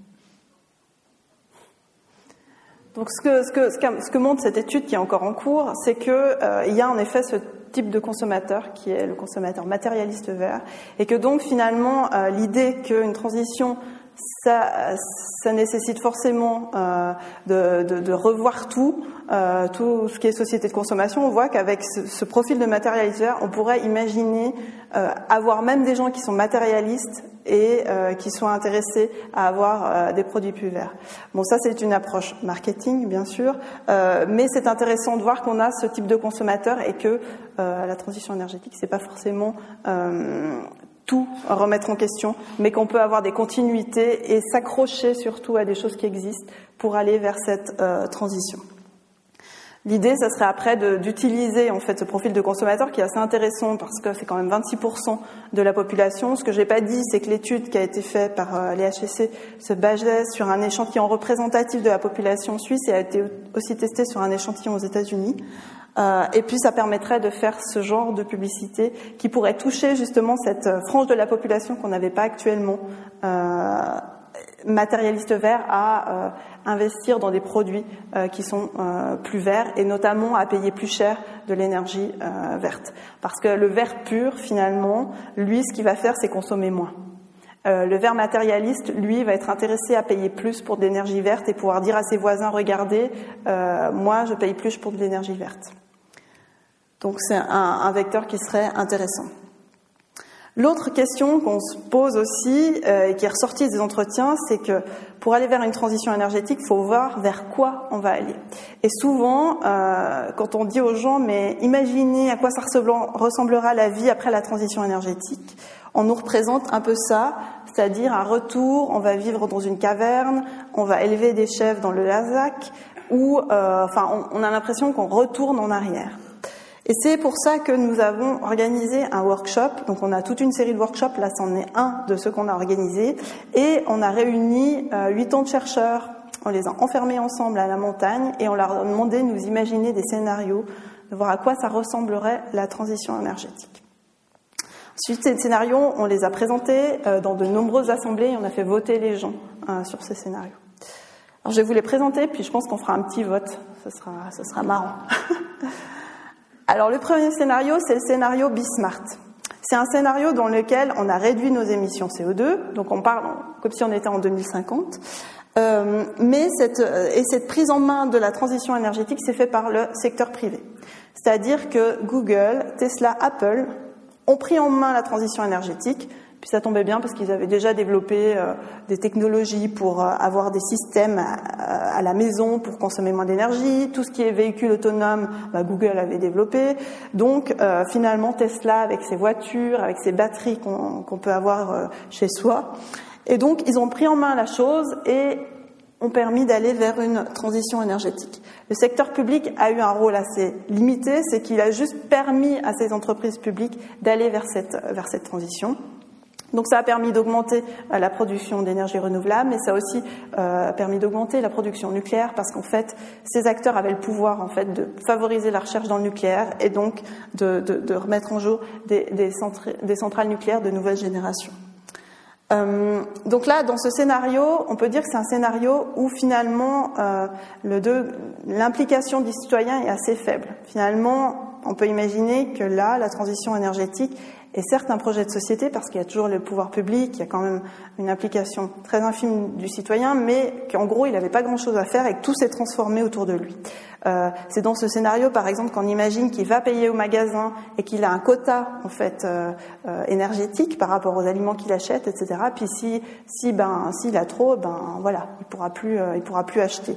Donc ce que montre cette étude qui est encore en cours, c'est que il y a en effet ce type de consommateur qui est le consommateur matérialiste vert, et que donc finalement l'idée qu'une transition ça nécessite forcément de revoir tout ce qui est société de consommation. On voit qu'avec ce profil de matérialiste vert, on pourrait imaginer avoir même des gens qui sont matérialistes et qui sont intéressés à avoir des produits plus verts. Bon, ça c'est une approche marketing bien sûr, mais c'est intéressant de voir qu'on a ce type de consommateur et que la transition énergétique c'est pas forcément tout remettre en question, mais qu'on peut avoir des continuités et s'accrocher surtout à des choses qui existent pour aller vers cette transition. L'idée, ça serait après d'utiliser en fait ce profil de consommateur qui est assez intéressant parce que c'est quand même 26% de la population. Ce que j'ai pas dit, c'est que l'étude qui a été faite par les HEC se basait sur un échantillon représentatif de la population suisse et a été aussi testé sur un échantillon aux États-Unis. Et puis ça permettrait de faire ce genre de publicité qui pourrait toucher justement cette frange de la population qu'on n'avait pas actuellement matérialiste vert à investir dans des produits qui sont plus verts et notamment à payer plus cher de l'énergie verte. Parce que le vert pur, finalement, lui, ce qu'il va faire, c'est consommer moins. Le vert matérialiste, lui, va être intéressé à payer plus pour de l'énergie verte et pouvoir dire à ses voisins, regardez, moi, je paye plus pour de l'énergie verte. Donc c'est un vecteur qui serait intéressant. L'autre question qu'on se pose aussi, et qui est ressortie des entretiens, c'est que pour aller vers une transition énergétique, il faut voir vers quoi on va aller. Et souvent, quand on dit aux gens, mais imaginez à quoi ça ressemblera la vie après la transition énergétique, on nous représente un peu ça, c'est-à-dire un retour, on va vivre dans une caverne, on va élever des chèvres dans le Larzac, ou on a l'impression qu'on retourne en arrière. Et c'est pour ça que nous avons organisé un workshop. Donc on a toute une série de workshops, là c'en est un de ceux qu'on a organisé. Et on a réuni 8 ans de chercheurs, on les a enfermés ensemble à la montagne et on leur a demandé de nous imaginer des scénarios, de voir à quoi ça ressemblerait la transition énergétique. Ensuite, ces scénarios, on les a présentés dans de nombreuses assemblées et on a fait voter les gens sur ces scénarios. Alors je vais vous les présenter, puis je pense qu'on fera un petit vote, ce sera marrant. Alors le premier scénario, c'est le scénario Be-Smart. C'est un scénario dans lequel on a réduit nos émissions CO2, donc on parle comme si on était en 2050, mais cette prise en main de la transition énergétique s'est faite par le secteur privé. C'est-à-dire que Google, Tesla, Apple ont pris en main la transition énergétique. Puis ça tombait bien parce qu'ils avaient déjà développé des technologies pour avoir des systèmes à la maison pour consommer moins d'énergie. Tout ce qui est véhicule autonome, Google avait développé. Donc finalement Tesla avec ses voitures, avec ses batteries qu'on peut avoir chez soi. Et donc, ils ont pris en main la chose et ont permis d'aller vers une transition énergétique. Le secteur public a eu un rôle assez limité, c'est qu'il a juste permis à ces entreprises publiques d'aller vers cette transition. Donc ça a permis d'augmenter la production d'énergie renouvelable, mais ça a aussi permis d'augmenter la production nucléaire, parce qu'en fait, ces acteurs avaient le pouvoir en fait de favoriser la recherche dans le nucléaire et donc de remettre en jour des centrales nucléaires de nouvelle génération. Donc là, dans ce scénario, on peut dire que c'est un scénario où finalement l'implication des citoyens est assez faible. Finalement, on peut imaginer que là, la transition énergétique est certes un projet de société, parce qu'il y a toujours le pouvoir public, il y a quand même une implication très infime du citoyen, mais qu'en gros, il n'avait pas grand-chose à faire et que tout s'est transformé autour de lui. C'est dans ce scénario, par exemple, qu'on imagine qu'il va payer au magasin et qu'il a un quota en fait énergétique par rapport aux aliments qu'il achète, etc. Puis s'il a trop, voilà, il pourra plus acheter.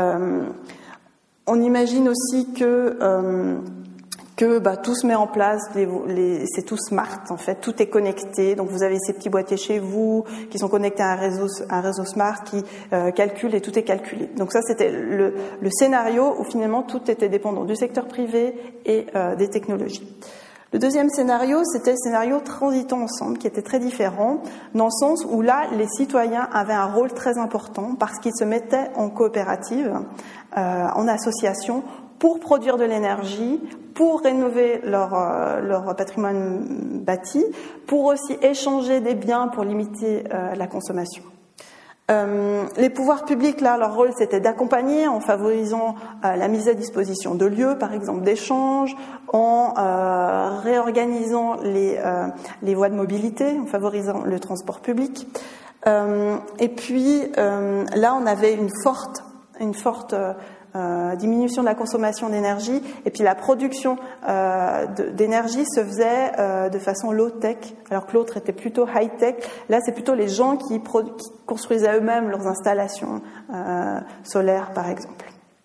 On imagine aussi que tout se met en place, c'est tout smart en fait, tout est connecté. Donc vous avez ces petits boîtiers chez vous qui sont connectés à un réseau smart qui calcule et tout est calculé. Donc ça c'était le scénario où finalement tout était dépendant du secteur privé et des technologies. Le deuxième scénario, c'était le scénario transitant ensemble, qui était très différent, dans le sens où là, les citoyens avaient un rôle très important parce qu'ils se mettaient en coopérative, en association, pour produire de l'énergie, pour rénover leur patrimoine bâti, pour aussi échanger des biens pour limiter la consommation. Les pouvoirs publics, là, leur rôle, c'était d'accompagner en favorisant la mise à disposition de lieux, par exemple d'échanges, en réorganisant les voies de mobilité, en favorisant le transport public. Et puis, là, on avait une forte diminution de la consommation d'énergie, et puis la production d'énergie se faisait de façon low-tech, alors que l'autre était plutôt high-tech. Là, c'est plutôt les gens qui construisaient eux-mêmes leurs installations solaires, par exemple.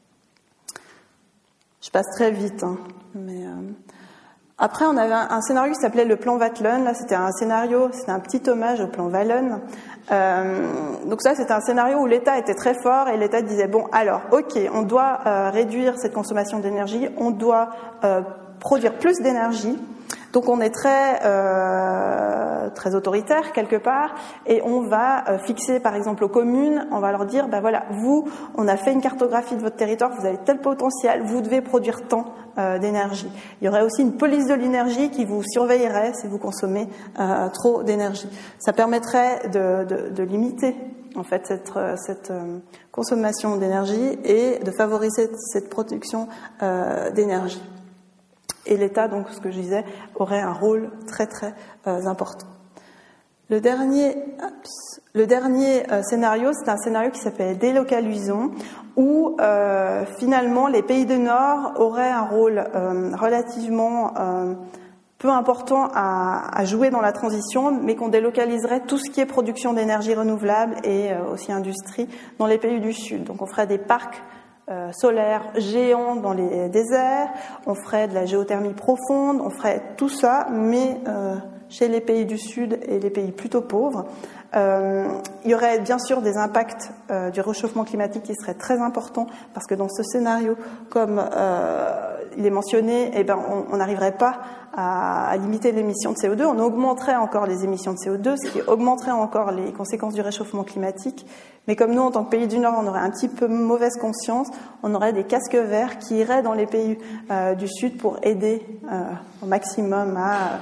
Je passe très vite, mais... Après, on avait un scénario qui s'appelait le plan Vatelin. Là, c'était un petit hommage au plan Wallon. Donc ça, c'était un scénario où l'État était très fort et l'État disait, bon, alors, ok, on doit réduire cette consommation d'énergie, on doit produire plus d'énergie. Donc on est très autoritaire quelque part, et on va fixer par exemple aux communes, on va leur dire, voilà, vous, on a fait une cartographie de votre territoire, vous avez tel potentiel, vous devez produire tant d'énergie. Il y aurait aussi une police de l'énergie qui vous surveillerait si vous consommez trop d'énergie. Ça permettrait de limiter en fait cette consommation d'énergie et de favoriser cette production d'énergie. Et l'État, donc, ce que je disais, aurait un rôle très très important. Le dernier scénario, c'est un scénario qui s'appelle Délocalisons, où finalement les pays du Nord auraient un rôle relativement peu important à jouer dans la transition, mais qu'on délocaliserait tout ce qui est production d'énergie renouvelable et aussi industrie dans les pays du Sud. Donc on ferait des parcs solaires géants dans les déserts, on ferait de la géothermie profonde, on ferait tout ça, mais chez les pays du Sud et les pays plutôt pauvres. Il y aurait bien sûr des impacts du réchauffement climatique qui seraient très importants, parce que dans ce scénario, comme il est mentionné, on n'arriverait pas à limiter l'émission de CO2, on augmenterait encore les émissions de CO2, ce qui augmenterait encore les conséquences du réchauffement climatique. Mais comme nous, en tant que pays du Nord, on aurait un petit peu mauvaise conscience, on aurait des casques verts qui iraient dans les pays du Sud pour aider au maximum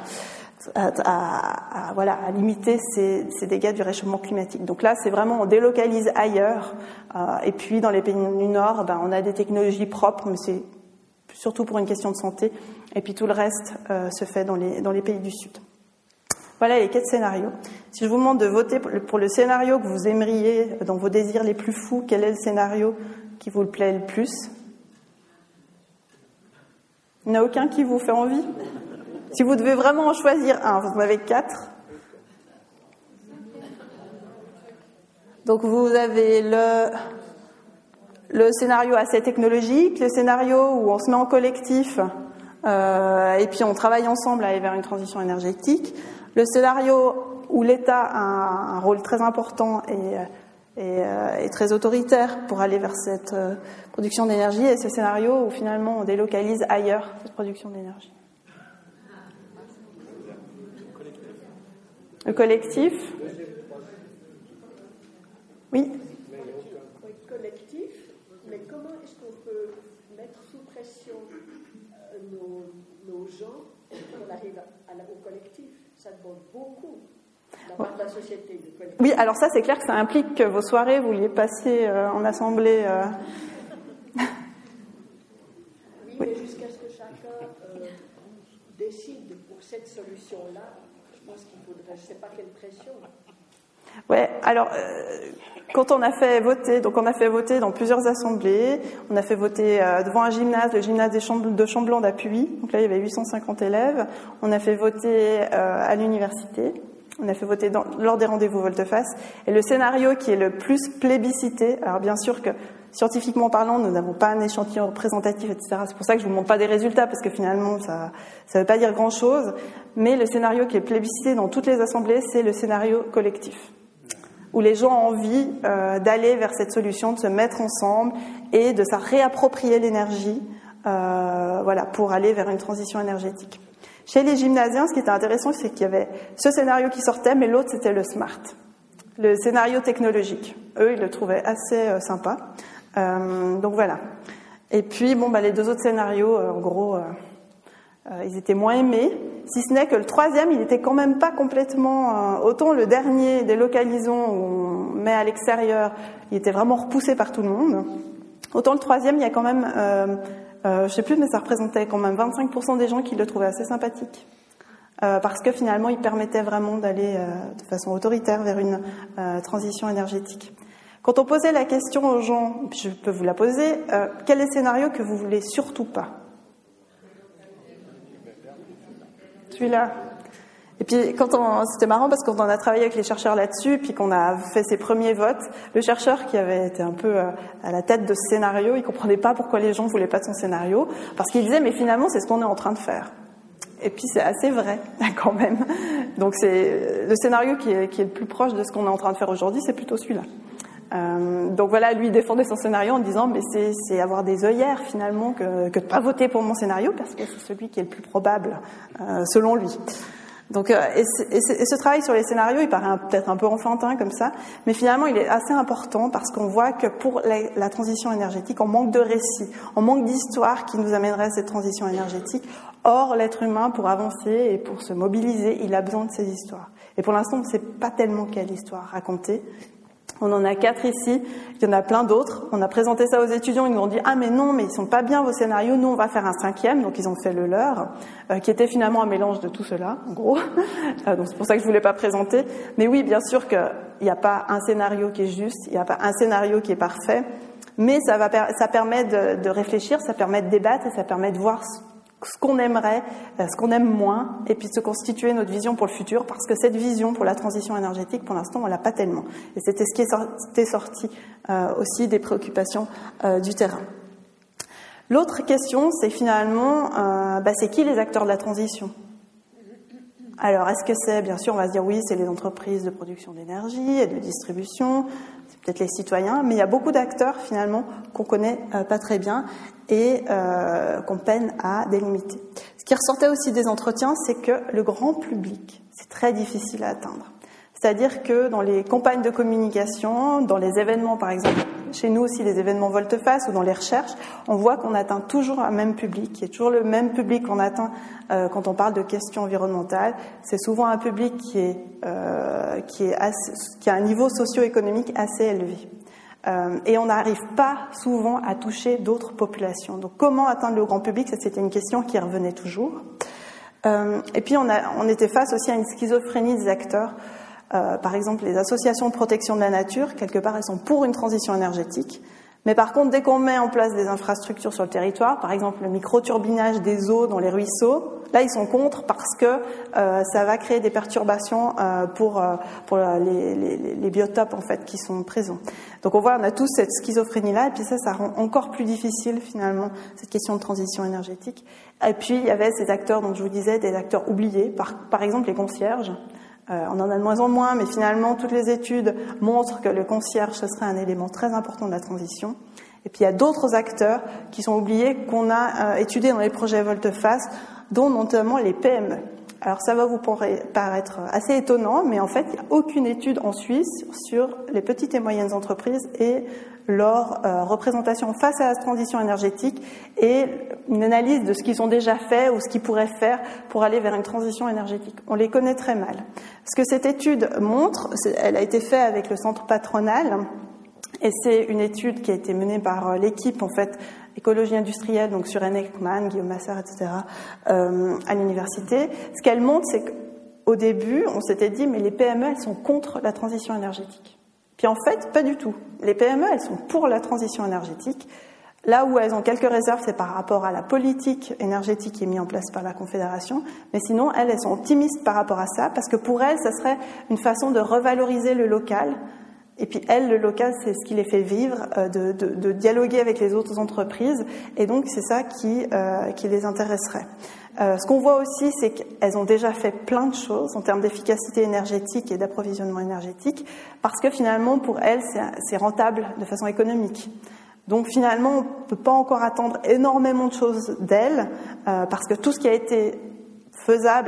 à limiter ces dégâts du réchauffement climatique. Donc là, c'est vraiment, on délocalise ailleurs. Et puis, dans les pays du Nord, on a des technologies propres, mais c'est surtout pour une question de santé. Et puis, tout le reste se fait dans les pays du Sud. Voilà les 4 scénarios. Si je vous demande de voter pour le scénario que vous aimeriez, dans vos désirs les plus fous, quel est le scénario qui vous plaît le plus? Il n'y en a aucun qui vous fait envie? Si vous devez vraiment en choisir un, vous en avez 4. Donc vous avez le scénario assez technologique, le scénario où on se met en collectif et puis on travaille ensemble à aller vers une transition énergétique, le scénario où l'État a un rôle très important et très autoritaire pour aller vers cette production d'énergie, et ce scénario où finalement on délocalise ailleurs cette production d'énergie. Le collectif. Oui. Collectif, mais comment est-ce qu'on peut mettre sous pression nos gens pour arriver au collectif? Ça demande beaucoup de la part de la société. Oui, alors ça c'est clair que ça implique que vos soirées, vous les passiez en assemblée. Oui, mais jusqu'à ce que chacun décide pour cette solution-là, je pense qu'il faudrait, je ne sais pas quelle pression. Ouais, alors quand on a fait voter, donc on a fait voter dans plusieurs assemblées, on a fait voter devant un gymnase, le gymnase de Chamblon d'Appuy, donc là il y avait 850 élèves, on a fait voter à l'université, on a fait voter lors des rendez-vous volte-face, et le scénario qui est le plus plébiscité, alors bien sûr que scientifiquement parlant, nous n'avons pas un échantillon représentatif, etc. C'est pour ça que je ne vous montre pas des résultats, parce que finalement, ça ne veut pas dire grand-chose. Mais le scénario qui est plébiscité dans toutes les assemblées, c'est le scénario collectif, où les gens ont envie d'aller vers cette solution, de se mettre ensemble et de se réapproprier l'énergie pour aller vers une transition énergétique. Chez les gymnasiens, ce qui était intéressant, c'est qu'il y avait ce scénario qui sortait, mais l'autre, c'était le SMART, le scénario technologique. Eux, ils le trouvaient assez sympa. Donc voilà. Et puis, les deux autres scénarios, en gros, ils étaient moins aimés, si ce n'est que le troisième, il était quand même pas complètement... autant le dernier, délocalisons, où on met à l'extérieur, il était vraiment repoussé par tout le monde. Autant le troisième, il y a quand même... je sais plus, mais ça représentait quand même 25% des gens qui le trouvaient assez sympathique. Parce que finalement, il permettait vraiment d'aller de façon autoritaire vers une transition énergétique. Quand on posait la question aux gens, je peux vous la poser, quel est le scénario que vous voulez surtout pas? Celui-là. Et puis, c'était marrant parce que quand on a travaillé avec les chercheurs là-dessus, puis qu'on a fait ses premiers votes, le chercheur qui avait été un peu à la tête de ce scénario, il comprenait pas pourquoi les gens voulaient pas de son scénario, parce qu'il disait, mais finalement, c'est ce qu'on est en train de faire. Et puis c'est assez vrai, quand même. Donc c'est le scénario qui est le plus proche de ce qu'on est en train de faire aujourd'hui, c'est plutôt celui-là. Donc voilà, lui défendait son scénario en disant mais c'est avoir des œillères finalement que de pas voter pour mon scénario parce que c'est celui qui est le plus probable selon lui. Donc et ce travail sur les scénarios, il paraît peut-être un peu enfantin comme ça, mais finalement il est assez important parce qu'on voit que pour la transition énergétique, on manque de récits, on manque d'histoires qui nous amèneraient à cette transition énergétique. Or, l'être humain, pour avancer et pour se mobiliser, il a besoin de ces histoires. Et pour l'instant, on ne sait pas tellement quelle histoire raconter. On en a 4 ici, il y en a plein d'autres. On a présenté ça aux étudiants, ils nous ont dit « Ah mais non, mais ils sont pas bien vos scénarios, nous on va faire un 5e », donc ils ont fait le leur, qui était finalement un mélange de tout cela, en gros. Donc c'est pour ça que je voulais pas présenter. Mais oui, bien sûr qu'il n'y a pas un scénario qui est juste, il n'y a pas un scénario qui est parfait, mais ça permet de réfléchir, ça permet de débattre et ça permet de voir ce qu'on aimerait, ce qu'on aime moins, et puis de se constituer notre vision pour le futur, parce que cette vision pour la transition énergétique, pour l'instant, on l'a pas tellement. Et c'était ce qui était sorti aussi des préoccupations du terrain. L'autre question, c'est finalement, c'est qui les acteurs de la transition ? Alors, est-ce que c'est, bien sûr, on va se dire oui, c'est les entreprises de production d'énergie et de distribution, c'est peut-être les citoyens, mais il y a beaucoup d'acteurs finalement qu'on connaît pas très bien et qu'on peine à délimiter. Ce qui ressortait aussi des entretiens, c'est que le grand public, c'est très difficile à atteindre. C'est-à-dire que dans les campagnes de communication, dans les événements par exemple, chez nous aussi les événements volte-face ou dans les recherches, on voit qu'on atteint toujours un même public, qui est toujours le même public qu'on atteint quand on parle de questions environnementales. C'est souvent un public qui a un niveau socio-économique assez élevé. Et on n'arrive pas souvent à toucher d'autres populations. Donc comment atteindre le grand public ? Ça, c'était une question qui revenait toujours. Et puis on était face aussi à une schizophrénie des acteurs. Par exemple, les associations de protection de la nature, quelque part, elles sont pour une transition énergétique. Mais par contre, dès qu'on met en place des infrastructures sur le territoire, par exemple le microturbinage des eaux dans les ruisseaux, là, ils sont contre parce que ça va créer des perturbations pour les biotopes en fait qui sont présents. Donc on voit, on a tous cette schizophrénie-là, et puis ça rend encore plus difficile finalement cette question de transition énergétique. Et puis il y avait ces acteurs dont je vous disais, des acteurs oubliés, par exemple les concierges. On en a de moins en moins, mais finalement, toutes les études montrent que le concierge, ce serait un élément très important de la transition. Et puis, il y a d'autres acteurs qui sont oubliés, qu'on a étudiés dans les projets volte-face, dont notamment les PME. Alors, ça va vous paraître assez étonnant, mais en fait, il n'y a aucune étude en Suisse sur les petites et moyennes entreprises et leur représentation face à la transition énergétique et une analyse de ce qu'ils ont déjà fait ou ce qu'ils pourraient faire pour aller vers une transition énergétique. On les connaît très mal. Ce que cette étude montre, elle a été faite avec le centre patronal et c'est une étude qui a été menée par l'équipe, en fait, écologie industrielle, donc sur René Ekman, Guillaume Massard, etc., à l'université. Ce qu'elle montre, c'est qu'au début, on s'était dit, mais les PME, elles sont contre la transition énergétique. Puis en fait, pas du tout. Les PME, elles sont pour la transition énergétique. Là où elles ont quelques réserves, c'est par rapport à la politique énergétique qui est mise en place par la Confédération. Mais sinon, elles sont optimistes par rapport à ça, parce que pour elles, ça serait une façon de revaloriser le local. Et puis elles, le local, c'est ce qui les fait vivre, de dialoguer avec les autres entreprises. Et donc, c'est ça qui les intéresserait. Ce qu'on voit aussi, c'est qu'elles ont déjà fait plein de choses en termes d'efficacité énergétique et d'approvisionnement énergétique, parce que finalement, pour elles, c'est rentable de façon économique. Donc finalement, on ne peut pas encore attendre énormément de choses d'elles, parce que tout ce qui a été faisable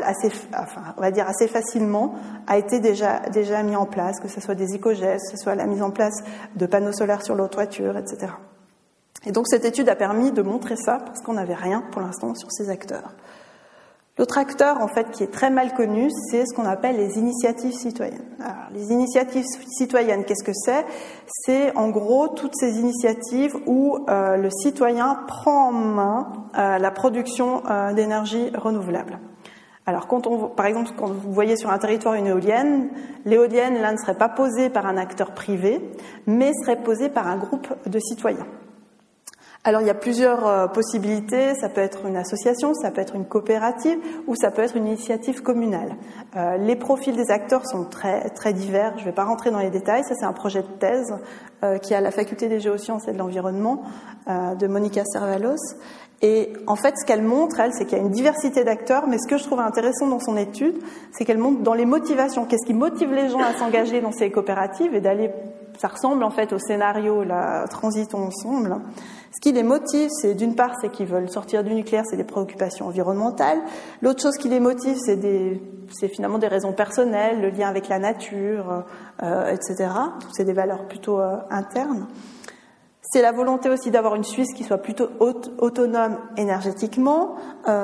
assez facilement a été déjà mis en place, que ce soit des éco-gestes, que ce soit la mise en place de panneaux solaires sur leur toiture, etc. Et donc cette étude a permis de montrer ça, parce qu'on n'avait rien pour l'instant sur ces acteurs. L'autre acteur, en fait, qui est très mal connu, c'est ce qu'on appelle les initiatives citoyennes. Alors, les initiatives citoyennes, qu'est-ce que c'est ? C'est en gros toutes ces initiatives où le citoyen prend en main la production d'énergie renouvelable. Alors, par exemple, quand vous voyez sur un territoire une éolienne, l'éolienne, là, ne serait pas posée par un acteur privé, mais serait posée par un groupe de citoyens. Alors, il y a plusieurs possibilités. Ça peut être une association, ça peut être une coopérative ou ça peut être une initiative communale. Les profils des acteurs sont très, très divers. Je ne vais pas rentrer dans les détails. Ça, c'est un projet de thèse qui est à la Faculté des géosciences et de l'environnement de Monica Servalos. Et en fait, ce qu'elle montre, elle, c'est qu'il y a une diversité d'acteurs. Mais ce que je trouve intéressant dans son étude, c'est qu'elle montre dans les motivations. Qu'est-ce qui motive les gens à s'engager dans ces coopératives et d'aller... Ça ressemble en fait au scénario, la transitons ensemble. Ce qui les motive, c'est d'une part, c'est qu'ils veulent sortir du nucléaire, c'est des préoccupations environnementales. L'autre chose qui les motive, c'est finalement des raisons personnelles, le lien avec la nature, etc. C'est des valeurs plutôt internes. C'est la volonté aussi d'avoir une Suisse qui soit plutôt autonome énergétiquement,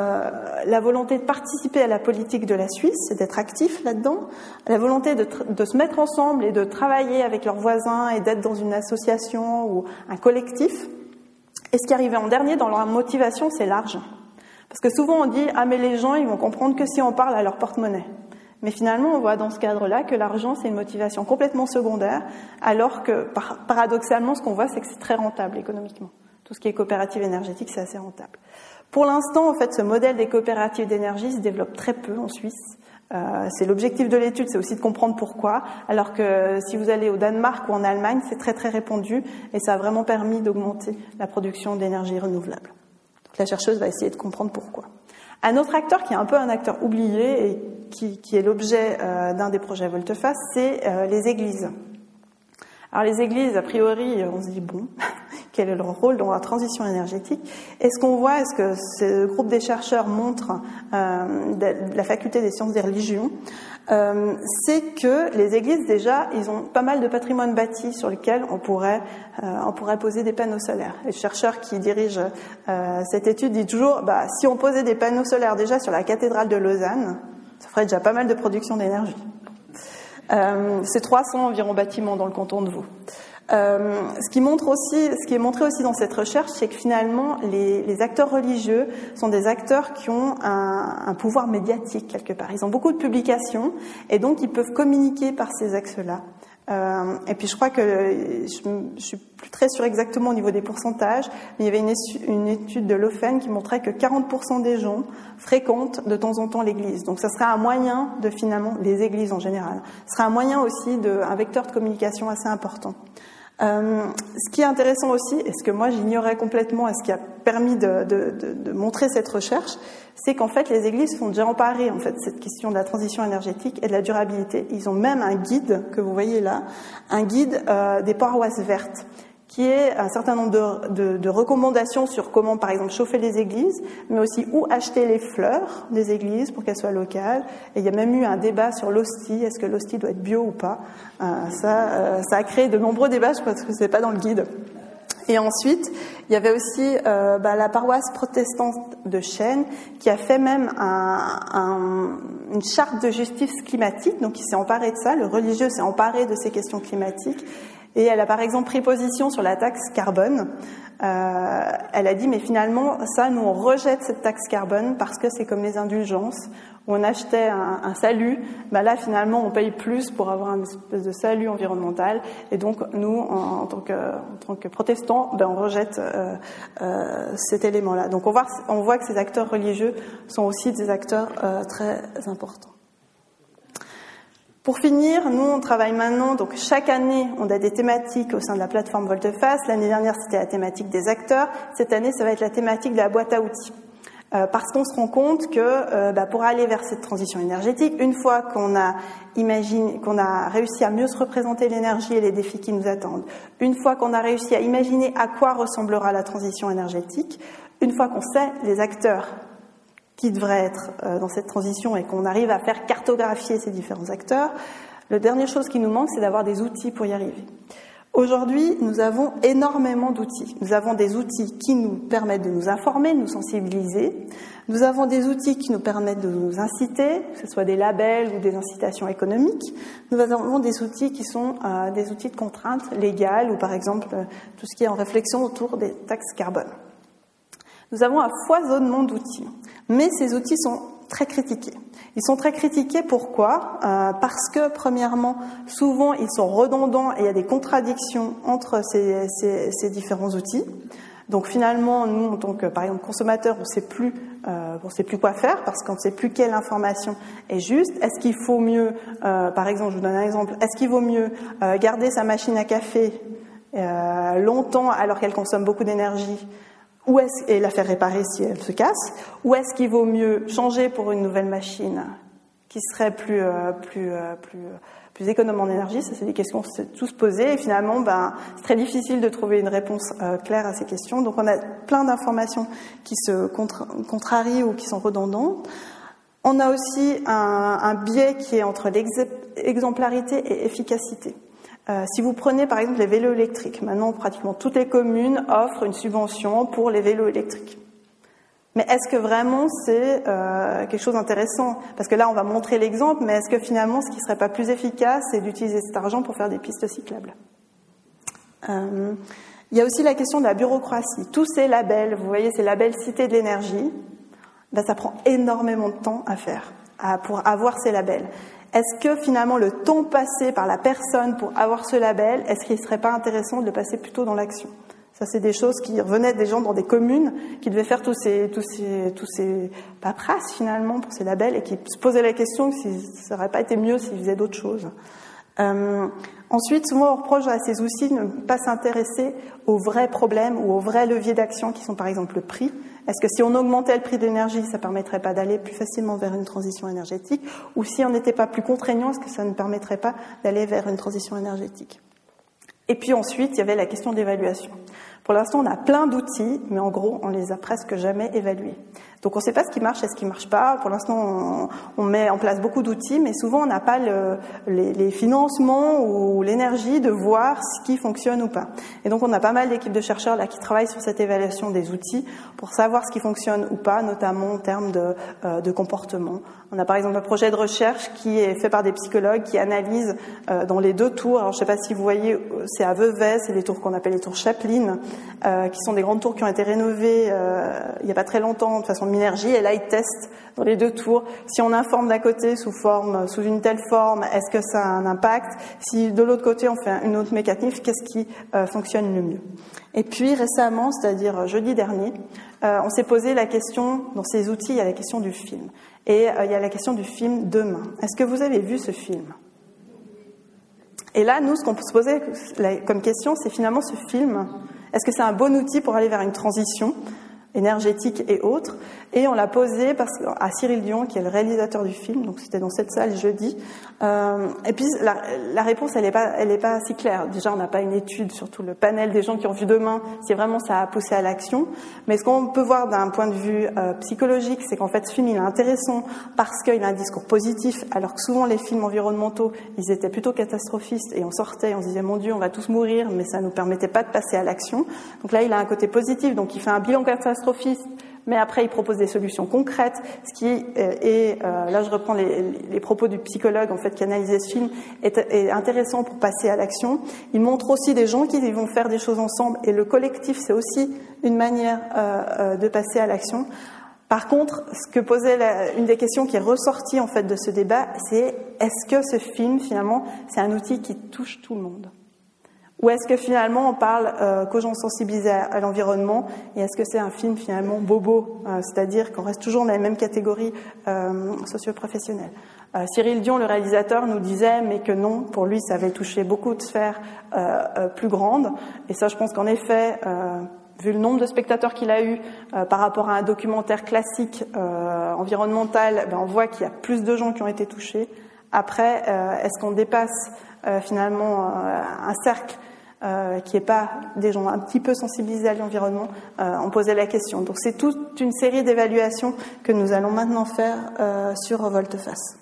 la volonté de participer à la politique de la Suisse, c'est d'être actif là-dedans, la volonté de se mettre ensemble et de travailler avec leurs voisins et d'être dans une association ou un collectif. Et ce qui arrivait en dernier dans leur motivation, c'est l'argent. Parce que souvent on dit « Ah mais les gens, ils vont comprendre que si on parle à leur porte-monnaie ». Mais finalement, on voit dans ce cadre-là que l'argent, c'est une motivation complètement secondaire, alors que, paradoxalement, ce qu'on voit, c'est que c'est très rentable économiquement. Tout ce qui est coopérative énergétique, c'est assez rentable. Pour l'instant, en fait, ce modèle des coopératives d'énergie se développe très peu en Suisse. C'est l'objectif de l'étude, c'est aussi de comprendre pourquoi, alors que si vous allez au Danemark ou en Allemagne, c'est très très répandu et ça a vraiment permis d'augmenter la production d'énergie renouvelable. Donc la chercheuse va essayer de comprendre pourquoi. Un autre acteur qui est un peu un acteur oublié et qui est l'objet d'un des projets volte-face, c'est les églises. Alors les églises, a priori, on se dit bon, quel est leur rôle dans la transition énergétique ? Et ce qu'on voit, est-ce que ce groupe des chercheurs montre de la faculté des sciences des religions, c'est que les églises déjà, ils ont pas mal de patrimoine bâti sur lequel on pourrait poser des panneaux solaires. Les chercheurs qui dirigent cette étude disent toujours, si on posait des panneaux solaires déjà sur la cathédrale de Lausanne, ça ferait déjà pas mal de production d'énergie. C'est 300 environ bâtiments dans le canton de Vaud. Ce qui est montré aussi dans cette recherche, c'est que finalement, les acteurs religieux sont des acteurs qui ont un pouvoir médiatique quelque part. Ils ont beaucoup de publications et donc ils peuvent communiquer par ces axes-là. Et puis je crois que je suis plus très sûre exactement au niveau des pourcentages, mais il y avait une étude de l'OFEN qui montrait que 40% des gens fréquentent de temps en temps l'église. Donc ça serait un moyen de finalement, les églises en général, ce serait un moyen aussi un vecteur de communication assez important. Ce qui est intéressant aussi, et ce que moi j'ignorais complètement, et ce qui a permis de montrer cette recherche, c'est qu'en fait les églises sont déjà emparées en fait de cette question de la transition énergétique et de la durabilité. Ils ont même un guide que vous voyez là, un guide des paroisses vertes, qui est un certain nombre de recommandations sur comment, par exemple, chauffer les églises, mais aussi où acheter les fleurs des églises pour qu'elles soient locales. Et il y a même eu un débat sur l'hostie, est-ce que l'hostie doit être bio ou pas. Ça a créé de nombreux débats, je pense que c'est pas dans le guide. Et ensuite, il y avait aussi la paroisse protestante de Chêne qui a fait même une charte de justice climatique, donc il s'est emparé de ça, le religieux s'est emparé de ces questions climatiques. Et elle a par exemple pris position sur la taxe carbone. Elle a dit, mais finalement, ça, nous, on rejette cette taxe carbone parce que c'est comme les indulgences, où on achetait un salut. Là, finalement, on paye plus pour avoir une espèce de salut environnemental. Et donc, nous, en tant que protestants, on rejette cet élément-là. Donc, on voit que ces acteurs religieux sont aussi des acteurs très importants. Pour finir, nous, on travaille maintenant, donc chaque année, on a des thématiques au sein de la plateforme Volte-Face. L'année dernière, c'était la thématique des acteurs. Cette année, ça va être la thématique de la boîte à outils. Parce qu'on se rend compte que pour aller vers cette transition énergétique, une fois qu'on a réussi à mieux se représenter l'énergie et les défis qui nous attendent, une fois qu'on a réussi à imaginer à quoi ressemblera la transition énergétique, une fois qu'on sait les acteurs qui devraient être dans cette transition et qu'on arrive à faire cartographier ces différents acteurs, la dernière chose qui nous manque, c'est d'avoir des outils pour y arriver. Aujourd'hui, nous avons énormément d'outils. Nous avons des outils qui nous permettent de nous informer, de nous sensibiliser. Nous avons des outils qui nous permettent de nous inciter, que ce soit des labels ou des incitations économiques. Nous avons des outils qui sont des outils de contrainte légale ou par exemple tout ce qui est en réflexion autour des taxes carbone. Nous avons un foisonnement d'outils, mais ces outils sont très critiqués. Ils sont très critiqués, pourquoi ? Parce que, premièrement, souvent, ils sont redondants et il y a des contradictions entre ces différents outils. Donc, finalement, nous, en tant que, par exemple, consommateurs, on sait plus quoi faire parce qu'on ne sait plus quelle information est juste. Est-ce qu'il faut mieux, par exemple, je vous donne un exemple, est-ce qu'il vaut mieux garder sa machine à café longtemps alors qu'elle consomme beaucoup d'énergie et la faire réparer si elle se casse, ou est-ce qu'il vaut mieux changer pour une nouvelle machine qui serait plus économe en énergie? Ça, c'est des questions qu'on s'est tous posées et finalement, c'est très difficile de trouver une réponse claire à ces questions. Donc, on a plein d'informations qui se contrarient ou qui sont redondantes. On a aussi un biais qui est entre l'exemplarité et efficacité. Si vous prenez par exemple les vélos électriques, maintenant pratiquement toutes les communes offrent une subvention pour les vélos électriques. Mais est-ce que vraiment c'est quelque chose d'intéressant ? Parce que là on va montrer l'exemple, mais est-ce que finalement ce qui serait pas plus efficace c'est d'utiliser cet argent pour faire des pistes cyclables ? Il y a aussi la question de la bureaucratie. Tous ces labels, vous voyez ces labels Cité de l'énergie, ça prend énormément de temps à faire pour avoir ces labels. Est-ce que finalement le temps passé par la personne pour avoir ce label, est-ce qu'il ne serait pas intéressant de le passer plutôt dans l'action ? Ça, c'est des choses qui revenaient des gens dans des communes qui devaient faire tous ces paperasses finalement pour ces labels et qui se posaient la question si ça n'aurait pas été mieux s'ils faisaient d'autres choses. Ensuite, souvent on reproche à ces outils de ne pas s'intéresser aux vrais problèmes ou aux vrais leviers d'action qui sont par exemple le prix. Est-ce que si on augmentait le prix de l'énergie, ça ne permettrait pas d'aller plus facilement vers une transition énergétique ? Ou si on n'était pas plus contraignant, est-ce que ça ne permettrait pas d'aller vers une transition énergétique ? Et puis ensuite, il y avait la question d'évaluation. Pour l'instant, on a plein d'outils, mais en gros, on les a presque jamais évalués. Donc on ne sait pas ce qui marche et ce qui ne marche pas. Pour l'instant, on met en place beaucoup d'outils, mais souvent on n'a pas les financements ou l'énergie de voir ce qui fonctionne ou pas. Et donc on a pas mal d'équipes de chercheurs là qui travaillent sur cette évaluation des outils pour savoir ce qui fonctionne ou pas, notamment en termes de comportement. On a par exemple un projet de recherche qui est fait par des psychologues qui analysent dans les 2 tours. Alors je ne sais pas si vous voyez, c'est à Vevey, c'est les tours qu'on appelle les tours Chaplin, qui sont des grandes tours qui ont été rénovées il n'y a pas très longtemps de façon Minergie, et là ils testent dans les 2 tours si on informe d'un côté sous une telle forme, est-ce que ça a un impact, si de l'autre côté on fait une autre mécanisme, qu'est-ce qui fonctionne le mieux. Et puis récemment, c'est-à-dire jeudi dernier, on s'est posé la question, dans ces outils il y a la question du film, et il y a la question du film Demain. Est-ce que vous avez vu ce film ? Et là, nous, ce qu'on peut se poser comme question, c'est finalement ce film, est-ce que c'est un bon outil pour aller vers une transition énergétique et autres? Et on l'a posé à Cyril Dion, qui est le réalisateur du film, donc c'était dans cette salle jeudi. Et puis la réponse, elle est pas si claire. Déjà, on n'a pas une étude sur tout le panel des gens qui ont vu demain, si vraiment ça a poussé à l'action. Mais ce qu'on peut voir d'un point de vue psychologique, c'est qu'en fait, ce film, il est intéressant parce qu'il a un discours positif, alors que souvent les films environnementaux, ils étaient plutôt catastrophistes, et on sortait, on se disait, mon Dieu, on va tous mourir, mais ça nous permettait pas de passer à l'action. Donc là, il a un côté positif, donc il fait un bilan catastrophiste, mais après il propose des solutions concrètes, ce qui est là je reprends les propos du psychologue en fait qui analysait ce film, est intéressant pour passer à l'action. Il montre aussi des gens qui vont faire des choses ensemble, et le collectif, c'est aussi une manière de passer à l'action. Par contre, ce que posait une des questions qui est ressortie en fait de ce débat, c'est est-ce que ce film finalement c'est un outil qui touche tout le monde? Ou est-ce que finalement on parle qu'aux gens sensibilisés à l'environnement, et est-ce que c'est un film finalement bobo, c'est-à-dire qu'on reste toujours dans les mêmes catégories socio-professionnelles? Cyril Dion, le réalisateur, nous disait mais que non, pour lui ça avait touché beaucoup de sphères plus grandes, et ça je pense qu'en effet, vu le nombre de spectateurs qu'il a eu par rapport à un documentaire classique environnemental, on voit qu'il y a plus de gens qui ont été touchés. Après, est-ce qu'on dépasse finalement un cercle qui n'est pas des gens un petit peu sensibilisés à l'environnement? On posait la question. Donc c'est toute une série d'évaluations que nous allons maintenant faire sur Volte-Face.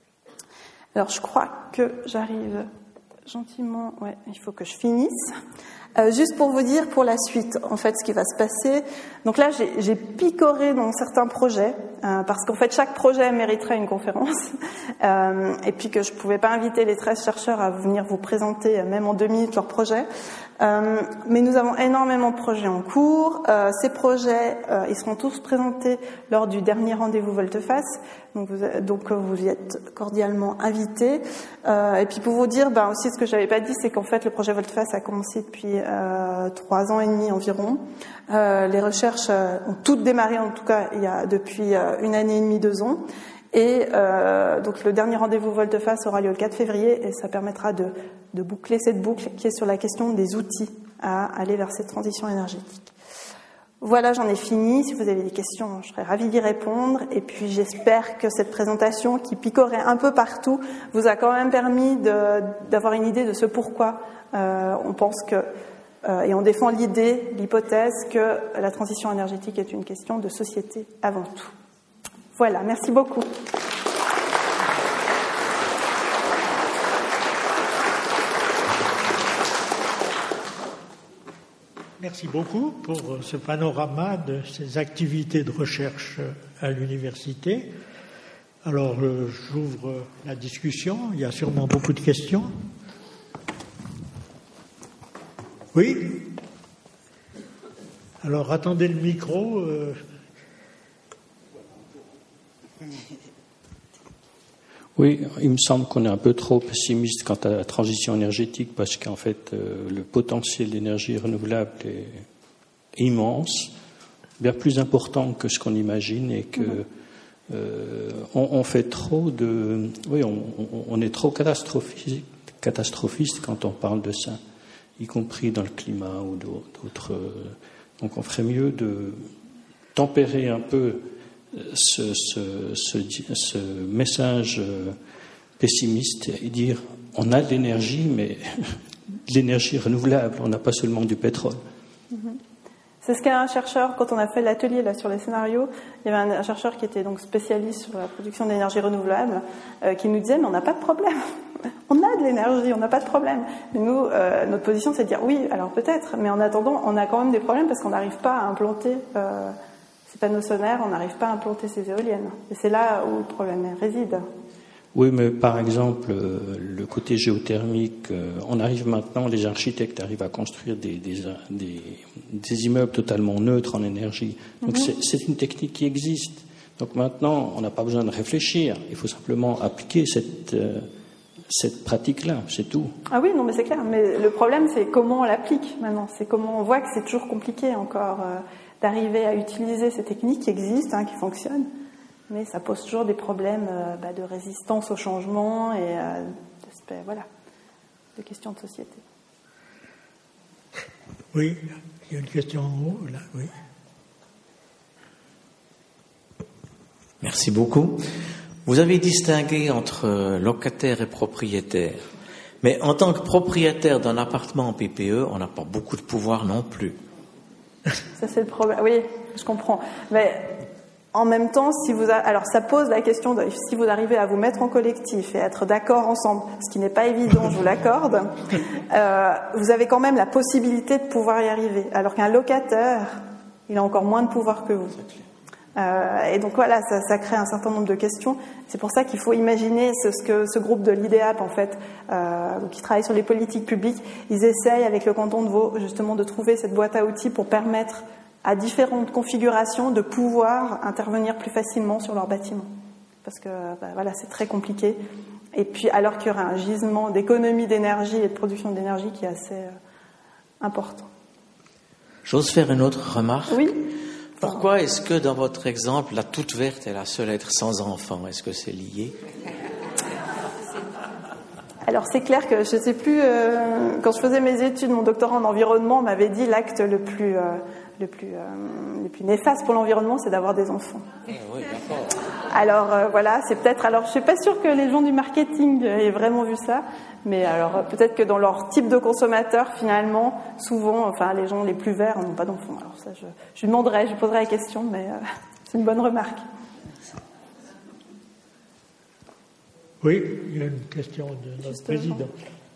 Alors je crois que j'arrive gentiment, ouais, il faut que je finisse. Juste pour vous dire pour la suite, en fait, ce qui va se passer. Donc là, j'ai picoré dans certains projets, parce qu'en fait, chaque projet mériterait une conférence, et puis que je pouvais pas inviter les 13 chercheurs à venir vous présenter, même en 2 minutes, leur projet. Mais nous avons énormément de projets en cours. Ces projets, ils seront tous présentés lors du dernier rendez-vous Volte-Face. Donc vous y êtes cordialement invités. Et puis pour vous dire, aussi ce que j'avais pas dit, c'est qu'en fait le projet Volte-Face a commencé depuis 3 ans et demi environ. Les recherches ont toutes démarré, en tout cas depuis 1 année et demie, 2 ans. Et donc le dernier rendez-vous Volte-Face aura lieu le 4 février, et ça permettra de boucler cette boucle qui est sur la question des outils à aller vers cette transition énergétique. Voilà, j'en ai fini. Si vous avez des questions, je serais ravie d'y répondre. Et puis j'espère que cette présentation, qui picorait un peu partout, vous a quand même permis d'avoir une idée de ce pourquoi on pense que, et on défend l'hypothèse que la transition énergétique est une question de société avant tout. Voilà, merci beaucoup. Merci beaucoup pour ce panorama de ces activités de recherche à l'université. Alors, j'ouvre la discussion. Il y a sûrement beaucoup de questions. Oui? Alors, attendez le micro. Oui, il me semble qu'on est un peu trop pessimiste quant à la transition énergétique, parce qu'en fait, le potentiel d'énergie renouvelable est immense, bien plus important que ce qu'on imagine, et que on fait trop de... Oui, on est trop catastrophiste quand on parle de ça, y compris dans le climat ou d'autres... Donc on ferait mieux de tempérer un peu ce message pessimiste et dire on a de l'énergie, mais de l'énergie renouvelable, on n'a pas seulement du pétrole. C'est ce qu'a un chercheur, quand on a fait l'atelier là sur les scénarios, il y avait un chercheur qui était donc spécialiste sur la production d'énergie renouvelable, qui nous disait mais on n'a pas de problème, on a de l'énergie, on n'a pas de problème. Mais nous, notre position c'est de dire oui, alors peut-être, mais en attendant, on a quand même des problèmes parce qu'on n'arrive pas à implanter ces panneaux solaires, on n'arrive pas à implanter ces éoliennes. Et c'est là où le problème réside. Oui, mais par exemple, le côté géothermique, on arrive maintenant, les architectes arrivent à construire des immeubles totalement neutres en énergie. Donc c'est une technique qui existe. Donc maintenant, on n'a pas besoin de réfléchir. Il faut simplement appliquer cette pratique-là, c'est tout. Ah oui, non, mais c'est clair. Mais le problème, c'est comment on l'applique maintenant. C'est comment on voit que c'est toujours compliqué encore d'arriver à utiliser ces techniques qui existent, qui fonctionnent. Mais ça pose toujours des problèmes de résistance au changement et voilà. de questions de société. Oui, il y a une question en haut, là, oui. Merci beaucoup. Vous avez distingué entre locataire et propriétaire. Mais en tant que propriétaire d'un appartement en PPE, on n'a pas beaucoup de pouvoir non plus. Ça, c'est le problème. Oui, je comprends. Mais en même temps, alors ça pose la question de si vous arrivez à vous mettre en collectif et être d'accord ensemble, ce qui n'est pas évident, je vous l'accorde, vous avez quand même la possibilité de pouvoir y arriver. Alors qu'un locataire, il a encore moins de pouvoir que vous. Et donc voilà, ça crée un certain nombre de questions. C'est pour ça qu'il faut imaginer ce groupe de l'IDEAP, en fait, qui travaille sur les politiques publiques. Ils essayent avec le canton de Vaud, justement, de trouver cette boîte à outils pour permettre à différentes configurations de pouvoir intervenir plus facilement sur leurs bâtiments. Parce que voilà, c'est très compliqué. Et puis, alors qu'il y aura un gisement d'économie d'énergie et de production d'énergie qui est assez important. J'ose faire une autre remarque. Oui. Pourquoi est-ce que dans votre exemple, la toute verte est la seule à être sans enfant? Est-ce que c'est lié? Alors c'est clair que je ne sais plus, quand je faisais mes études, mon doctorat en environnement m'avait dit l'acte le plus néfaste pour l'environnement, c'est d'avoir des enfants. Oui, d'accord. Alors voilà, c'est peut-être. Alors je suis pas sûre que les gens du marketing aient vraiment vu ça, mais alors peut-être que dans leur type de consommateur, finalement, souvent, enfin les gens les plus verts n'ont pas d'enfants. Alors ça, je lui demanderai, je poserai la question, mais c'est une bonne remarque. Oui, il y a une question de notre président.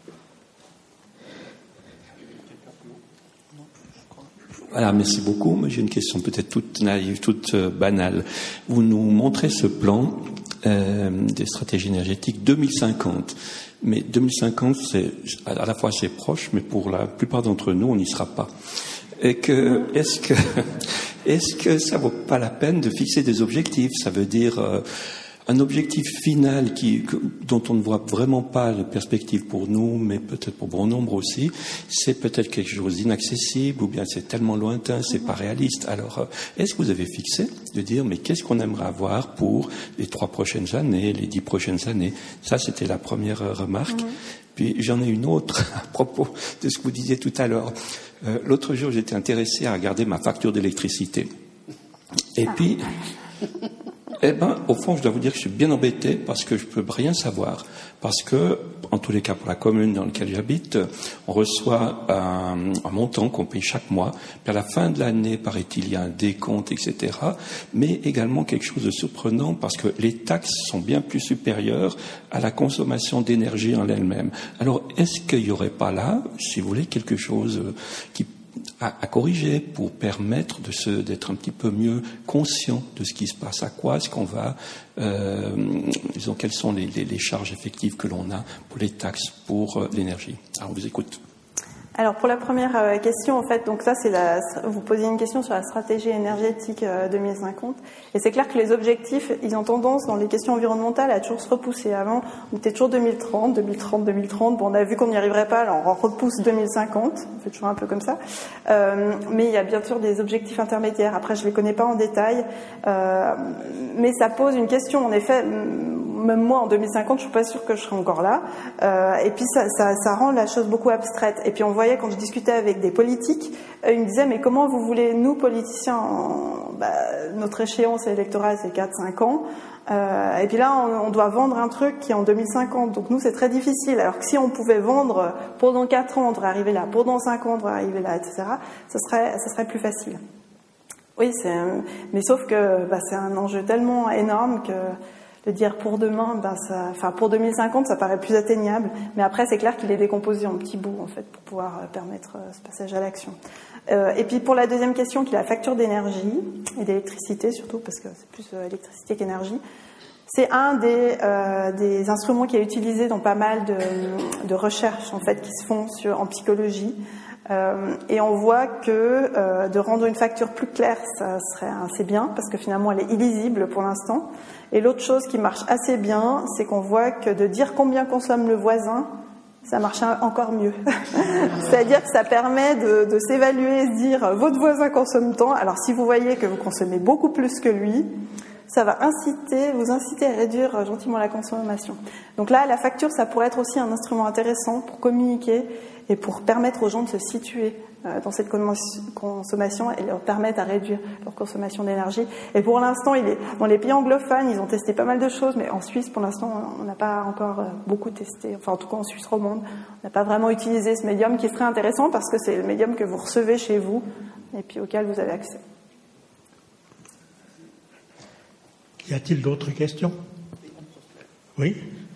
Voilà, merci beaucoup. Moi, j'ai une question peut-être toute naïve, toute banale. Vous nous montrez ce plan des stratégies énergétiques 2050. Mais 2050, c'est à la fois assez proche, mais pour la plupart d'entre nous, on n'y sera pas. Et que est-ce que ça vaut pas la peine de fixer des objectifs? Ça veut dire un objectif final dont on ne voit vraiment pas la perspective pour nous, mais peut-être pour bon nombre aussi, c'est peut-être quelque chose d'inaccessible, ou bien c'est tellement lointain, c'est pas réaliste. Alors, est-ce que vous avez fixé de dire, mais qu'est-ce qu'on aimerait avoir pour les 3 prochaines années, les 10 prochaines années? Ça, c'était la première remarque. Puis j'en ai une autre à propos de ce que vous disiez tout à l'heure. L'autre jour, j'étais intéressé à regarder ma facture d'électricité. Et puis... Eh ben, au fond, je dois vous dire que je suis bien embêté parce que je peux rien savoir. Parce que, en tous les cas, pour la commune dans laquelle j'habite, on reçoit un montant qu'on paye chaque mois. Puis à la fin de l'année, paraît-il, il y a un décompte, etc. Mais également quelque chose de surprenant parce que les taxes sont bien plus supérieures à la consommation d'énergie en elle-même. Alors, est-ce qu'il n'y aurait pas là, si vous voulez, quelque chose à corriger pour permettre d'être un petit peu mieux conscient de ce qui se passe, à quoi est-ce qu'on va, disons, quelles sont les charges effectives que l'on a pour les taxes, pour l'énergie. Alors, on vous écoute. Alors pour la première question, en fait, donc ça c'est vous posiez une question sur la stratégie énergétique 2050, et c'est clair que les objectifs, ils ont tendance dans les questions environnementales à toujours se repousser. Avant, on était toujours 2030. Bon, on a vu qu'on n'y arriverait pas, alors on repousse 2050, on fait toujours un peu comme ça. Mais il y a bien sûr des objectifs intermédiaires. Après, je les connais pas en détail, mais ça pose une question. En effet, même moi en 2050, je suis pas sûre que je serai encore là. Et puis ça rend la chose beaucoup abstraite. Et puis on voyait quand je discutais avec des politiques, ils me disaient mais comment vous voulez, nous politiciens, notre échéance électorale c'est 4-5 ans, et puis là on doit vendre un truc qui est en 2050, donc nous c'est très difficile, alors que si on pouvait vendre pour dans 4 ans on devrait arriver là, pour dans 5 ans on devrait arriver là, etc., ça serait plus facile. Oui, mais sauf que c'est un enjeu tellement énorme que de dire pour demain, pour 2050, ça paraît plus atteignable. Mais après, c'est clair qu'il est décomposé en petits bouts, en fait, pour pouvoir permettre ce passage à l'action. Et puis pour la deuxième question, qui est la facture d'énergie et d'électricité surtout, parce que c'est plus électricité qu'énergie. C'est un des instruments qui est utilisé dans pas mal de recherches, en fait, qui se font en psychologie. Et on voit que de rendre une facture plus claire, ça serait assez bien, parce que finalement, elle est illisible pour l'instant. Et l'autre chose qui marche assez bien, c'est qu'on voit que de dire combien consomme le voisin, ça marche encore mieux. C'est-à-dire que ça permet de s'évaluer et se dire votre voisin consomme tant. Alors si vous voyez que vous consommez beaucoup plus que lui, ça va vous inciter à réduire gentiment la consommation. Donc là, la facture, ça pourrait être aussi un instrument intéressant pour communiquer et pour permettre aux gens de se situer dans cette consommation et leur permettre à réduire leur consommation d'énergie. Et pour l'instant, dans les pays anglophones, ils ont testé pas mal de choses, mais en Suisse, pour l'instant, on n'a pas encore beaucoup testé. Enfin, en tout cas, en Suisse romande, on n'a pas vraiment utilisé ce médium qui serait intéressant parce que c'est le médium que vous recevez chez vous et puis auquel vous avez accès. Y a-t-il d'autres questions? Oui.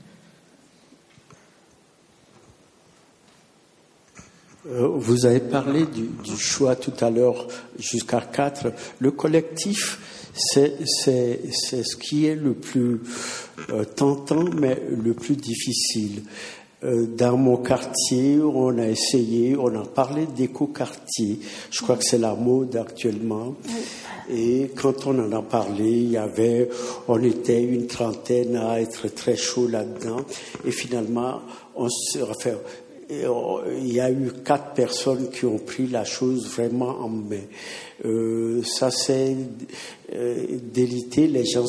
Vous avez parlé du choix tout à l'heure jusqu'à 4. Le collectif, c'est ce qui est le plus tentant, mais le plus difficile. Dans mon quartier, on a essayé, on a parlé d'éco-quartier. Je crois que c'est la mode actuellement. Et quand on en a parlé, on était une trentaine à être très chaud là-dedans. Et finalement, il y a eu 4 personnes qui ont pris la chose vraiment en main. Ça s'est délité, les gens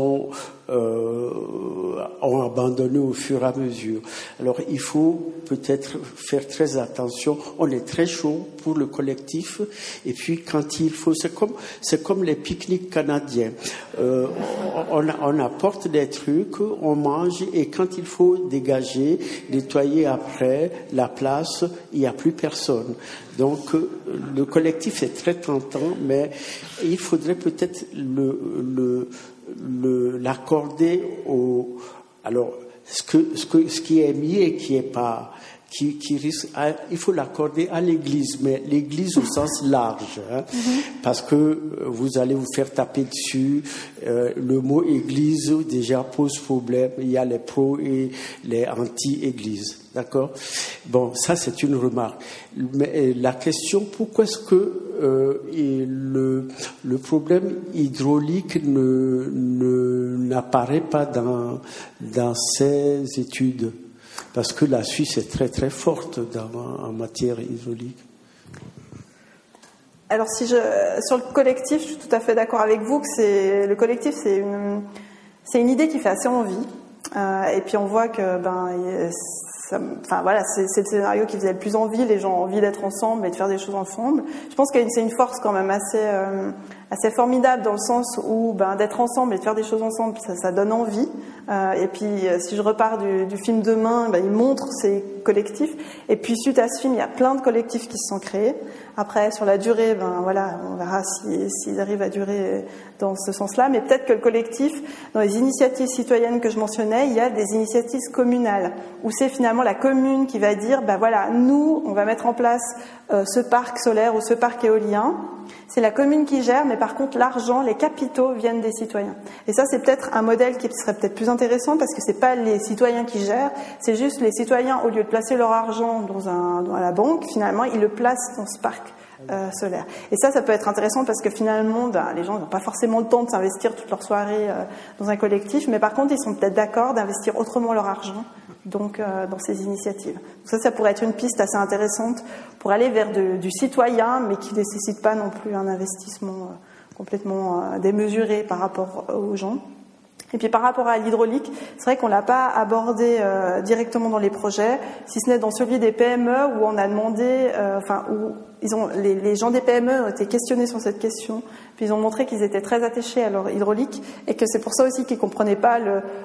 ont abandonné au fur et à mesure. Alors il faut peut-être faire très attention. On est très chaud pour le collectif et puis quand il faut, c'est comme les pique-niques canadiens. On apporte des trucs, on mange et quand il faut dégager, nettoyer après la place, il n'y a plus personne. Donc le collectif est très tentant, mais il faudrait peut-être l'accorder alors ce qui est mis et qui est pas qui risque, il faut l'accorder à l'Église, mais l'Église au sens large, parce que vous allez vous faire taper dessus. Le mot Église déjà pose problème. Il y a les pros et les anti-Église, d'accord? Bon, ça c'est une remarque. Mais la question, pourquoi est-ce que le problème hydraulique n'apparaît pas dans ces études? Parce que la Suisse est très très forte en matière hydraulique. Alors sur le collectif, je suis tout à fait d'accord avec vous que le collectif c'est une idée qui fait assez envie. Et puis on voit que c'est le scénario qui faisait le plus envie. Les gens ont envie d'être ensemble et de faire des choses ensemble. Je pense que c'est une force quand même assez formidable dans le sens où d'être ensemble et de faire des choses ensemble, ça donne envie. Et puis si je repars du film Demain, il montre ces collectifs. Et puis suite à ce film, il y a plein de collectifs qui se sont créés. Après, sur la durée, on verra s'ils arrivent à durer dans ce sens-là. Mais peut-être que le collectif, dans les initiatives citoyennes que je mentionnais, il y a des initiatives communales où c'est finalement la commune qui va dire, nous, on va mettre en place ce parc solaire ou ce parc éolien. C'est la commune qui gère, mais par contre, l'argent, les capitaux viennent des citoyens. Et ça, c'est peut-être un modèle qui serait peut-être plus intéressant parce que c'est pas les citoyens qui gèrent, c'est juste les citoyens, au lieu de placer leur argent dans la banque, finalement, ils le placent dans ce parc solaire. Et ça peut être intéressant parce que finalement, les gens n'ont pas forcément le temps de s'investir toute leur soirée dans un collectif, mais par contre, ils sont peut-être d'accord d'investir autrement leur argent donc dans ces initiatives. Donc ça pourrait être une piste assez intéressante pour aller vers du citoyen, mais qui ne nécessite pas non plus un investissement complètement démesuré par rapport aux gens. Et puis par rapport à l'hydraulique, c'est vrai qu'on l'a pas abordé directement dans les projets, si ce n'est dans celui des PME où on a demandé, les gens des PME ont été questionnés sur cette question, puis ils ont montré qu'ils étaient très attachés à leur hydraulique et que c'est pour ça aussi qu'ils comprenaient pas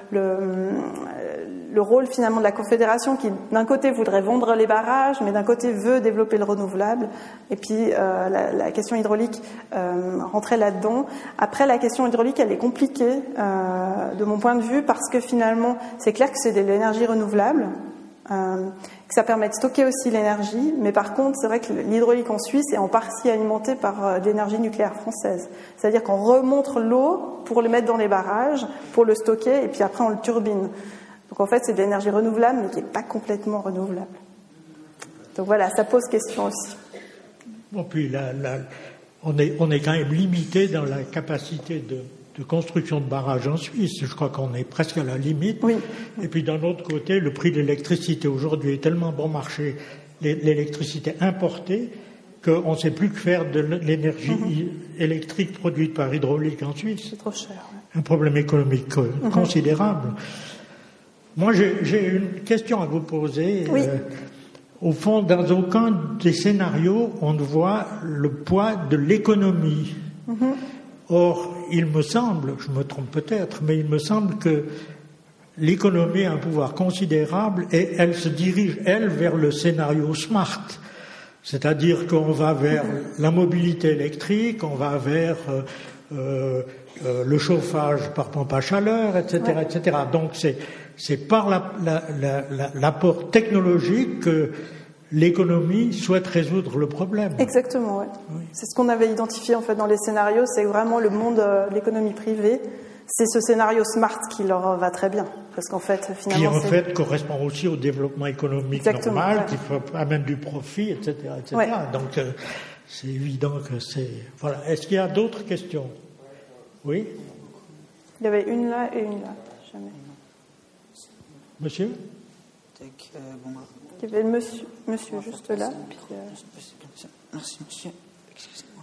le rôle finalement de la Confédération qui d'un côté voudrait vendre les barrages, mais d'un côté veut développer le renouvelable. Et puis la question hydraulique rentrait là-dedans. Après, la question hydraulique, elle est compliquée de mon point de vue parce que finalement, c'est clair que c'est de l'énergie renouvelable, que ça permet de stocker aussi l'énergie, mais par contre, c'est vrai que l'hydraulique en Suisse est en partie alimentée par de l'énergie nucléaire française. C'est-à-dire qu'on remonte l'eau pour le mettre dans les barrages, pour le stocker, et puis après on le turbine. Donc en fait, c'est de l'énergie renouvelable, mais qui n'est pas complètement renouvelable. Donc voilà, ça pose question aussi. Bon, puis on est quand même limité dans la capacité de construction de barrages en Suisse. Je crois qu'on est presque à la limite. Oui. Et puis d'un autre côté, le prix de l'électricité aujourd'hui est tellement bon marché, l'électricité importée, qu'on ne sait plus que faire de l'énergie électrique produite par hydraulique en Suisse. C'est trop cher. Ouais. un problème économique considérable. Moi, j'ai une question à vous poser. Oui. Au fond, dans aucun des scénarios, on ne voit le poids de l'économie. Or, il me semble, je me trompe peut-être, mais il me semble que l'économie a un pouvoir considérable et elle se dirige, elle, vers le scénario SMART. C'est-à-dire qu'on va vers la mobilité électrique, on va vers le chauffage par pompe à chaleur, etc., etc. Donc c'est par l'apport technologique que l'économie souhaite résoudre le problème. Exactement, oui. C'est ce qu'on avait identifié en fait dans les scénarios, c'est vraiment le monde de l'économie privée. C'est ce scénario SMART qui leur va très bien, parce qu'en fait, finalement, qui en fait correspond aussi au développement économique normal, qui amène du profit, etc., etc. Ouais. Donc c'est évident que c'est voilà. Est-ce qu'il y a d'autres questions? Oui. Il y avait une là et une là. Jamais. Monsieur. Il y avait le monsieur juste là. Puis, Merci, monsieur. Excusez-moi.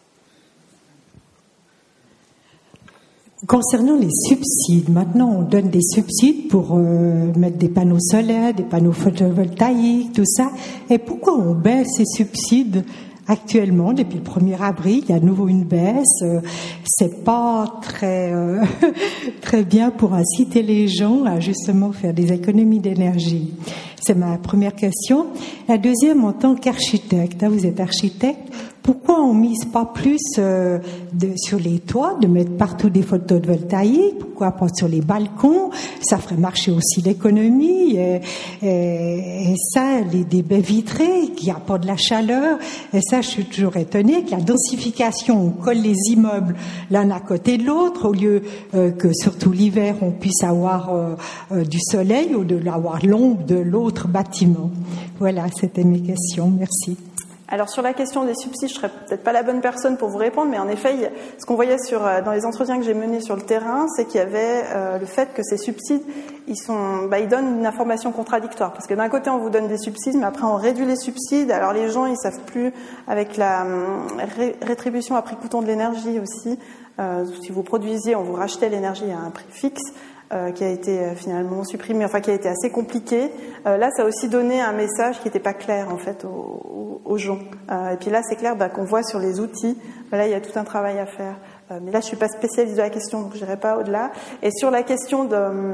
Concernant les subsides, maintenant on donne des subsides pour mettre des panneaux solaires, des panneaux photovoltaïques, tout ça. Et pourquoi on baisse ces subsides actuellement, depuis le 1er avril, il y a à nouveau une baisse. C'est pas très bien pour inciter les gens à justement faire des économies d'énergie. C'est ma première question. La deuxième, en tant qu'architecte, vous êtes architecte, pourquoi on mise pas plus sur les toits, de mettre partout des photovoltaïques? Pourquoi pas sur les balcons? Ça ferait marcher aussi l'économie. Et ça, des baies vitrées qui apportent de la chaleur. Et ça, je suis toujours étonnée que la densification, on colle les immeubles l'un à côté de l'autre, au lieu que surtout l'hiver, on puisse avoir du soleil ou avoir l'ombre de l'autre bâtiment. Voilà, c'était mes questions. Merci. Alors sur la question des subsides, je serais peut-être pas la bonne personne pour vous répondre, mais en effet, ce qu'on voyait dans les entretiens que j'ai menés sur le terrain, c'est qu'il y avait le fait que ces subsides, ils donnent une information contradictoire, parce que d'un côté on vous donne des subsides, mais après on réduit les subsides. Alors les gens ils savent plus, avec la rétribution à prix coûtant de l'énergie aussi. Si vous produisiez, on vous rachetait l'énergie à un prix fixe. Qui a été finalement supprimé, qui a été assez compliqué. Là, ça a aussi donné un message qui n'était pas clair en fait aux gens. Et puis là, c'est clair qu'on voit sur les outils. Là, il y a tout un travail à faire. Mais là, je suis pas spécialiste de la question, donc je n'irai pas au-delà. Et sur la question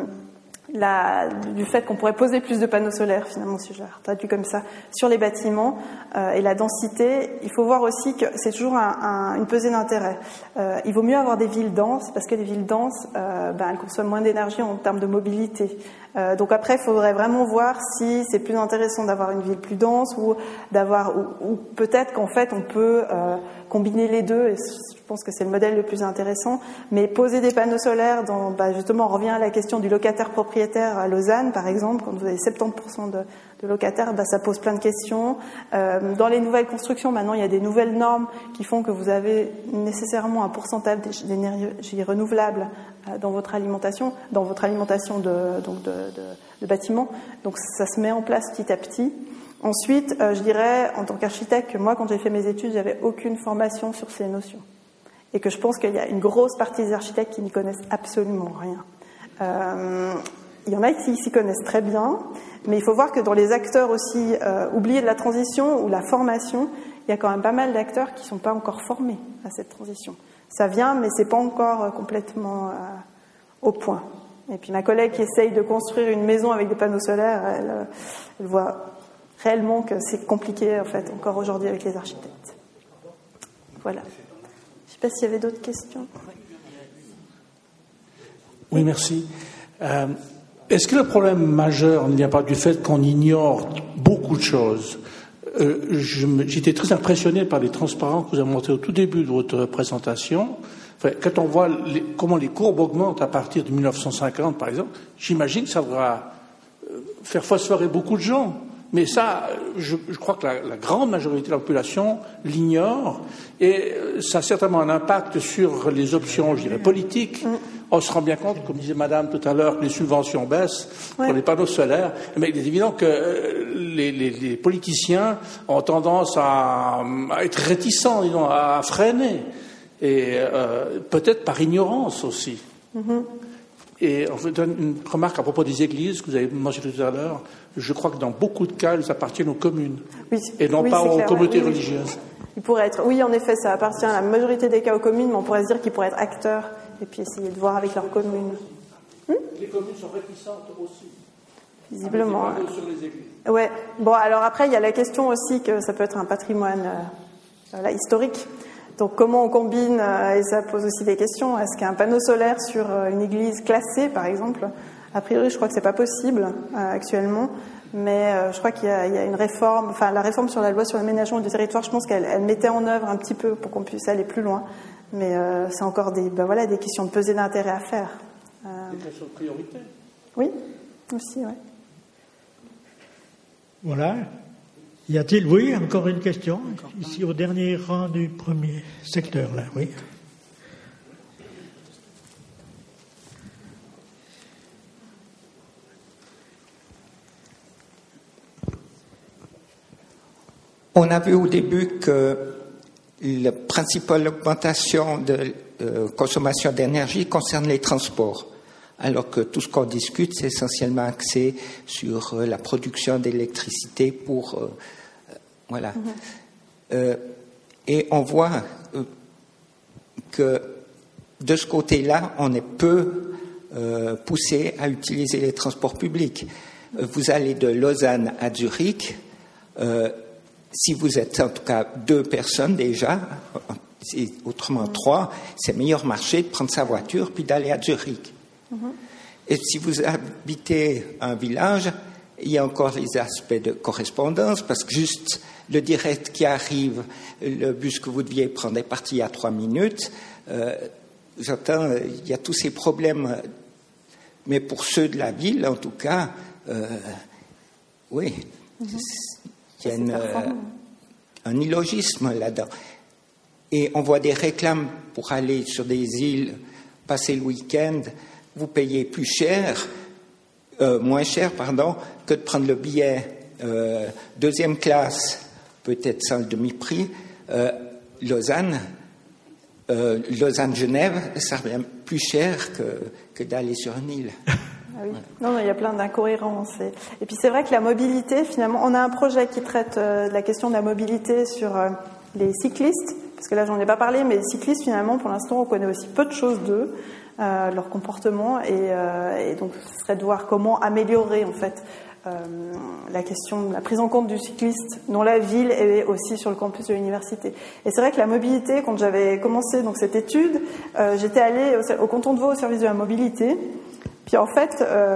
du fait qu'on pourrait poser plus de panneaux solaires, finalement, si je l'ai traduit comme ça, sur les bâtiments et la densité, il faut voir aussi que c'est toujours une pesée d'intérêt. Il vaut mieux avoir des villes denses, parce que les villes denses, elles consomment moins d'énergie en termes de mobilité. Donc après, il faudrait vraiment voir si c'est plus intéressant d'avoir une ville plus dense ou peut-être qu'en fait on peut combiner les deux, et je pense que c'est le modèle le plus intéressant. Mais poser des panneaux solaires, justement, on revient à la question du locataire propriétaire à Lausanne, par exemple, quand vous avez 70% de locataires, ça pose plein de questions. Dans les nouvelles constructions, maintenant, il y a des nouvelles normes qui font que vous avez nécessairement un pourcentage d'énergie renouvelable dans votre alimentation de bâtiments. Donc ça se met en place petit à petit. Ensuite, je dirais, en tant qu'architecte, que moi, quand j'ai fait mes études, j'avais aucune formation sur ces notions. Et que je pense qu'il y a une grosse partie des architectes qui n'y connaissent absolument rien. Il y en a qui s'y connaissent très bien, mais il faut voir que dans les acteurs aussi oubliés de la transition ou la formation, il y a quand même pas mal d'acteurs qui ne sont pas encore formés à cette transition. Ça vient, mais c'est pas encore complètement au point. Et puis ma collègue qui essaye de construire une maison avec des panneaux solaires, elle voit réellement que c'est compliqué en fait encore aujourd'hui avec les architectes. Voilà. Je ne sais pas s'il y avait d'autres questions. Oui, merci. Est-ce que le problème majeur ne vient pas du fait qu'on ignore beaucoup de choses? J'étais très impressionné par les transparents que vous avez montrés au tout début de votre présentation. Quand on voit comment les courbes augmentent à partir de 1950, par exemple, j'imagine que ça va faire phosphorer beaucoup de gens. Mais ça, je crois que la grande majorité de la population l'ignore, et ça a certainement un impact sur les options, je dirais, politiques. On se rend bien compte, comme disait Madame tout à l'heure, que les subventions baissent pour les panneaux solaires, mais il est évident que les politiciens ont tendance à être réticents, disons, à freiner, et peut-être par ignorance aussi. Et on vous donne une remarque à propos des églises que vous avez mentionné tout à l'heure. Je crois que dans beaucoup de cas, elles appartiennent aux communes et non pas aux communautés religieuses. Il pourrait être, oui, en effet, ça appartient à la majorité des cas aux communes, mais on pourrait se dire qu'ils pourraient être acteurs et puis essayer de voir avec leurs communes. Les communes sont réticentes aussi. Visiblement. Sur les églises. Ouais. Bon, alors après, il y a la question aussi que ça peut être un patrimoine historique. Donc comment on combine, et ça pose aussi des questions, est-ce qu'un panneau solaire sur une église classée, par exemple, a priori je crois que c'est pas possible actuellement, mais je crois qu'il y a une réforme, enfin la réforme sur la loi sur l'aménagement du territoire, je pense qu'elle mettait en œuvre un petit peu pour qu'on puisse aller plus loin, mais c'est encore des questions de pesée d'intérêt à faire. Des questions de priorité. Oui, aussi, oui. Voilà. Y a-t-il, oui, encore une question, ici au dernier rang du premier secteur, là, oui. On a vu au début que la principale augmentation de consommation d'énergie concerne les transports, alors que tout ce qu'on discute, c'est essentiellement axé sur la production d'électricité pour... Voilà. Et on voit que de ce côté-là, on est peu poussé à utiliser les transports publics. Vous allez de Lausanne à Zurich, si vous êtes en tout cas 2 personnes déjà, autrement 3, c'est meilleur marché de prendre sa voiture puis d'aller à Zurich. Et si vous habitez un village, il y a encore les aspects de correspondance, parce que juste le direct qui arrive, le bus que vous deviez prendre est parti il y a 3 minutes. J'entends, il y a tous ces problèmes, mais pour ceux de la ville, en tout cas, oui, il y a un illogisme là-dedans. Et on voit des réclames pour aller sur des îles, passer le week-end, vous payez plus cher, moins cher, que de prendre le billet 2e classe, peut-être sans le demi-prix, Lausanne-Genève, ça revient plus cher que d'aller sur une île. Ah oui. Non, il y a plein d'incohérences. Et puis c'est vrai que la mobilité, finalement, on a un projet qui traite de la question de la mobilité sur les cyclistes, parce que là j'en ai pas parlé, mais les cyclistes, finalement, pour l'instant, on connaît aussi peu de choses d'eux, leur comportement, et donc ce serait de voir comment améliorer, en fait, la question de la prise en compte du cycliste dans la ville et aussi sur le campus de l'université. Et c'est vrai que la mobilité, quand j'avais commencé donc cette étude, j'étais allée au canton de Vaud au service de la mobilité. Puis en fait,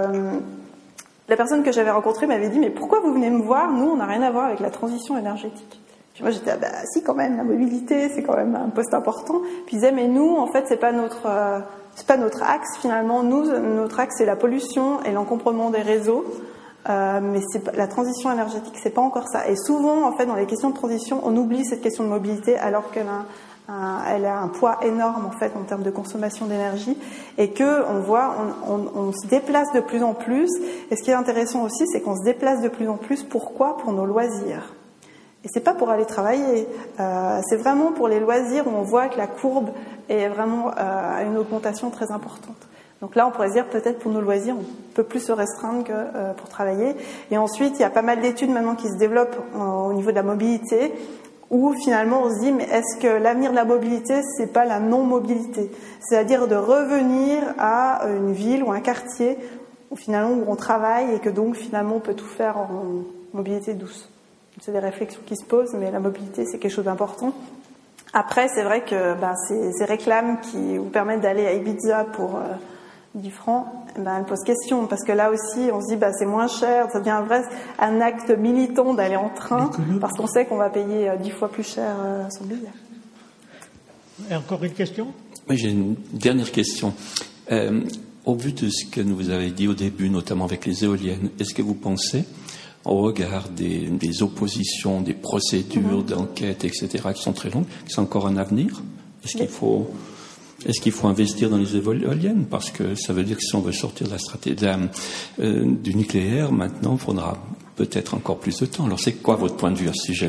la personne que j'avais rencontrée m'avait dit « Mais pourquoi vous venez me voir? Nous, on n'a rien à voir avec la transition énergétique. » Puis moi, j'étais « Ah bah si, quand même, la mobilité, c'est quand même un poste important. » Puis ils disaient « Mais nous, en fait, c'est pas notre axe, finalement. Nous, notre axe, c'est la pollution et l'encombrement des réseaux. Mais la transition énergétique, c'est pas encore ça. » Et souvent, en fait, dans les questions de transition, on oublie cette question de mobilité alors qu'elle a un poids énorme, en fait, en termes de consommation d'énergie, et que on se déplace de plus en plus. Et ce qui est intéressant aussi, c'est qu'on se déplace de plus en plus. Pourquoi? Pour nos loisirs. Et c'est pas pour aller travailler. C'est vraiment pour les loisirs où on voit que la courbe est vraiment à une augmentation très importante. Donc là, on pourrait dire peut-être pour nos loisirs, on peut plus se restreindre que pour travailler. Et ensuite, il y a pas mal d'études maintenant qui se développent au niveau de la mobilité, où finalement on se dit, mais est-ce que l'avenir de la mobilité, c'est pas la non-mobilité? C'est-à-dire de revenir à une ville ou un quartier où finalement où on travaille et que donc finalement on peut tout faire en mobilité douce. C'est des réflexions qui se posent, mais la mobilité, c'est quelque chose d'important. Après, c'est vrai que ces réclames qui vous permettent d'aller à Ibiza pour 10 francs, elles posent question, parce que là aussi, on se dit, c'est moins cher, ça devient un acte militant d'aller en train, parce qu'on sait qu'on va payer 10 fois plus cher son billet. Et encore une question? Oui, j'ai une dernière question. Au vu de ce que vous avez dit au début, notamment avec les éoliennes, est-ce que vous pensez, au regard des oppositions, des procédures d'enquête, etc., qui sont très longues, que c'est encore un avenir? Est-ce qu'il faut investir dans les éoliennes? Parce que ça veut dire que si on veut sortir de la stratégie du nucléaire, maintenant, il faudra peut-être encore plus de temps. Alors, c'est quoi votre point de vue à ce sujet-là?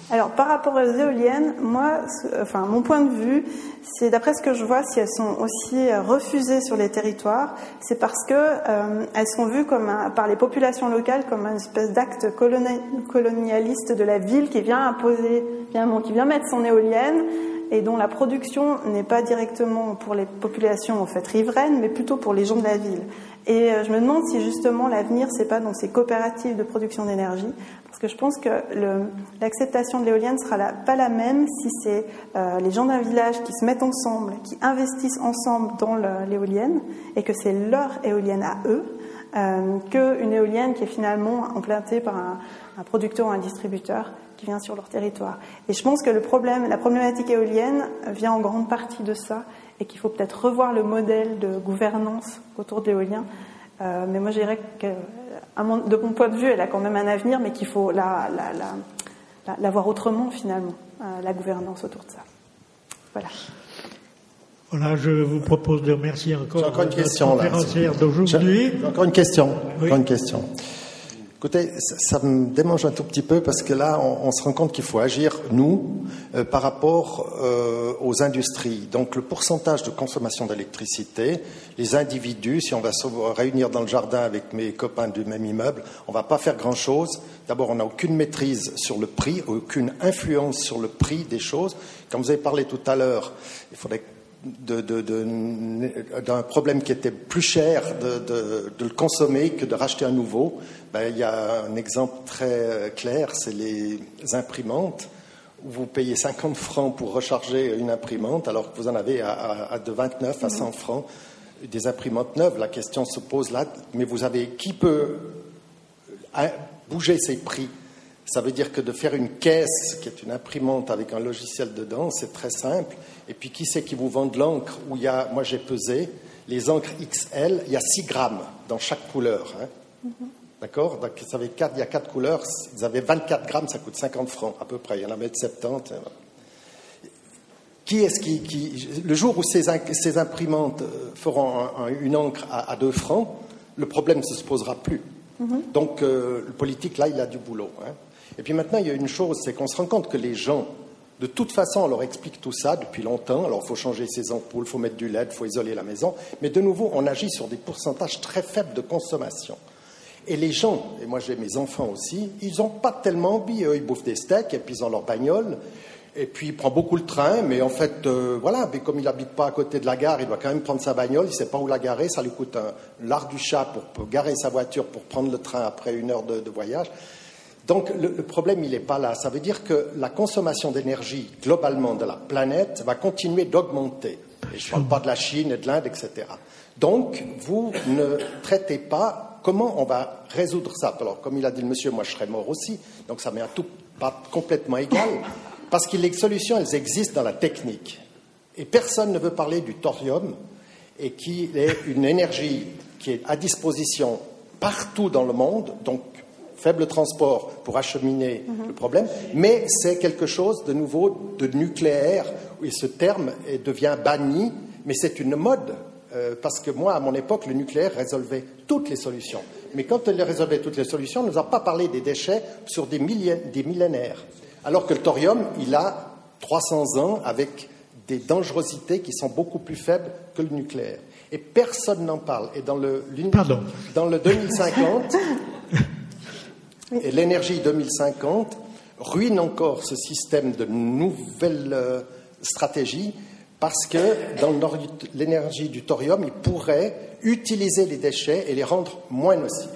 Alors, par rapport aux éoliennes, mon point de vue, c'est d'après ce que je vois, si elles sont aussi refusées sur les territoires, c'est parce que elles sont vues par les populations locales comme une espèce d'acte colonialiste de la ville qui vient imposer, qui vient mettre son éolienne et dont la production n'est pas directement pour les populations en fait riveraines, mais plutôt pour les gens de la ville. Et je me demande si justement l'avenir, c'est pas dans ces coopératives de production d'énergie, parce que je pense que l'acceptation de l'éolienne sera pas la même si c'est les gens d'un village qui se mettent ensemble, qui investissent ensemble dans l'éolienne, et que c'est leur éolienne à eux, qu'une éolienne qui est finalement implantée par un producteur ou un distributeur qui vient sur leur territoire. Et je pense que la problématique éolienne vient en grande partie de ça, et qu'il faut peut-être revoir le modèle de gouvernance autour de l'éolien. Mais moi, je dirais que, de mon point de vue, elle a quand même un avenir, mais qu'il faut la voir autrement, finalement, la gouvernance autour de ça. Voilà. Voilà, je vous propose de remercier encore notre conférencière d'aujourd'hui. J'ai encore une question. Oui. Encore une question. Écoutez, ça me démange un tout petit peu parce que là, on se rend compte qu'il faut agir, nous, par rapport aux industries. Donc, le pourcentage de consommation d'électricité, les individus, si on va se réunir dans le jardin avec mes copains du même immeuble, on ne va pas faire grand-chose. D'abord, on n'a aucune maîtrise sur le prix, aucune influence sur le prix des choses. Comme vous avez parlé tout à l'heure, il faudrait d'un problème qui était plus cher de le consommer que de racheter un nouveau. Il y a un exemple très clair, c'est les imprimantes, où vous payez 50 francs pour recharger une imprimante, alors que vous en avez de 29 à 100 francs des imprimantes neuves. La question se pose là, mais qui peut bouger ces prix? Ça veut dire que de faire une caisse qui est une imprimante avec un logiciel dedans, c'est très simple. Et puis, qui c'est qui vous vend de l'encre où moi j'ai pesé, les encres XL, il y a 6 grammes dans chaque couleur. D'accord? Donc, il y a 4 couleurs, vous avez 24 grammes, ça coûte 50 francs à peu près. Il y en a 70. Qui est-ce le jour où ces imprimantes feront une encre à 2 francs, le problème ne se posera plus. Donc, le politique, là, il a du boulot. Et puis maintenant, il y a une chose, c'est qu'on se rend compte que les gens, de toute façon, on leur explique tout ça depuis longtemps. Alors, il faut changer ses ampoules, il faut mettre du LED, il faut isoler la maison. Mais de nouveau, on agit sur des pourcentages très faibles de consommation. Et les gens, et moi j'ai mes enfants aussi, ils n'ont pas tellement envie. Eux, ils bouffent des steaks et puis ils ont leur bagnole. Et puis, il prend beaucoup le train, mais en fait, mais comme il n'habite pas à côté de la gare, il doit quand même prendre sa bagnole, il ne sait pas où la garer, ça lui coûte l'art du chat pour garer sa voiture, pour prendre le train après 1 heure de voyage. Donc, le problème, il n'est pas là. Ça veut dire que la consommation d'énergie, globalement, de la planète, va continuer d'augmenter. Et je ne parle pas de la Chine et de l'Inde, etc. Donc, vous ne traitez pas comment on va résoudre ça. Alors, comme il a dit le monsieur, moi, je serais mort aussi, donc ça m'est pas complètement égal. Parce que les solutions, elles existent dans la technique. Et personne ne veut parler du thorium, et qui est une énergie qui est à disposition partout dans le monde, donc faible transport pour acheminer le problème, mais c'est quelque chose de nouveau de nucléaire, et ce terme devient banni, mais c'est une mode, parce que moi, à mon époque, le nucléaire résolvait toutes les solutions. Mais quand elle résolvait toutes les solutions, on ne nous a pas parlé des déchets sur des millénaires. Alors que le thorium, il a 300 ans avec des dangerosités qui sont beaucoup plus faibles que le nucléaire. Et personne n'en parle. Et dans le 2050, et l'énergie 2050 ruine encore ce système de nouvelles stratégies parce que dans l'énergie du thorium, il pourrait utiliser les déchets et les rendre moins nocifs.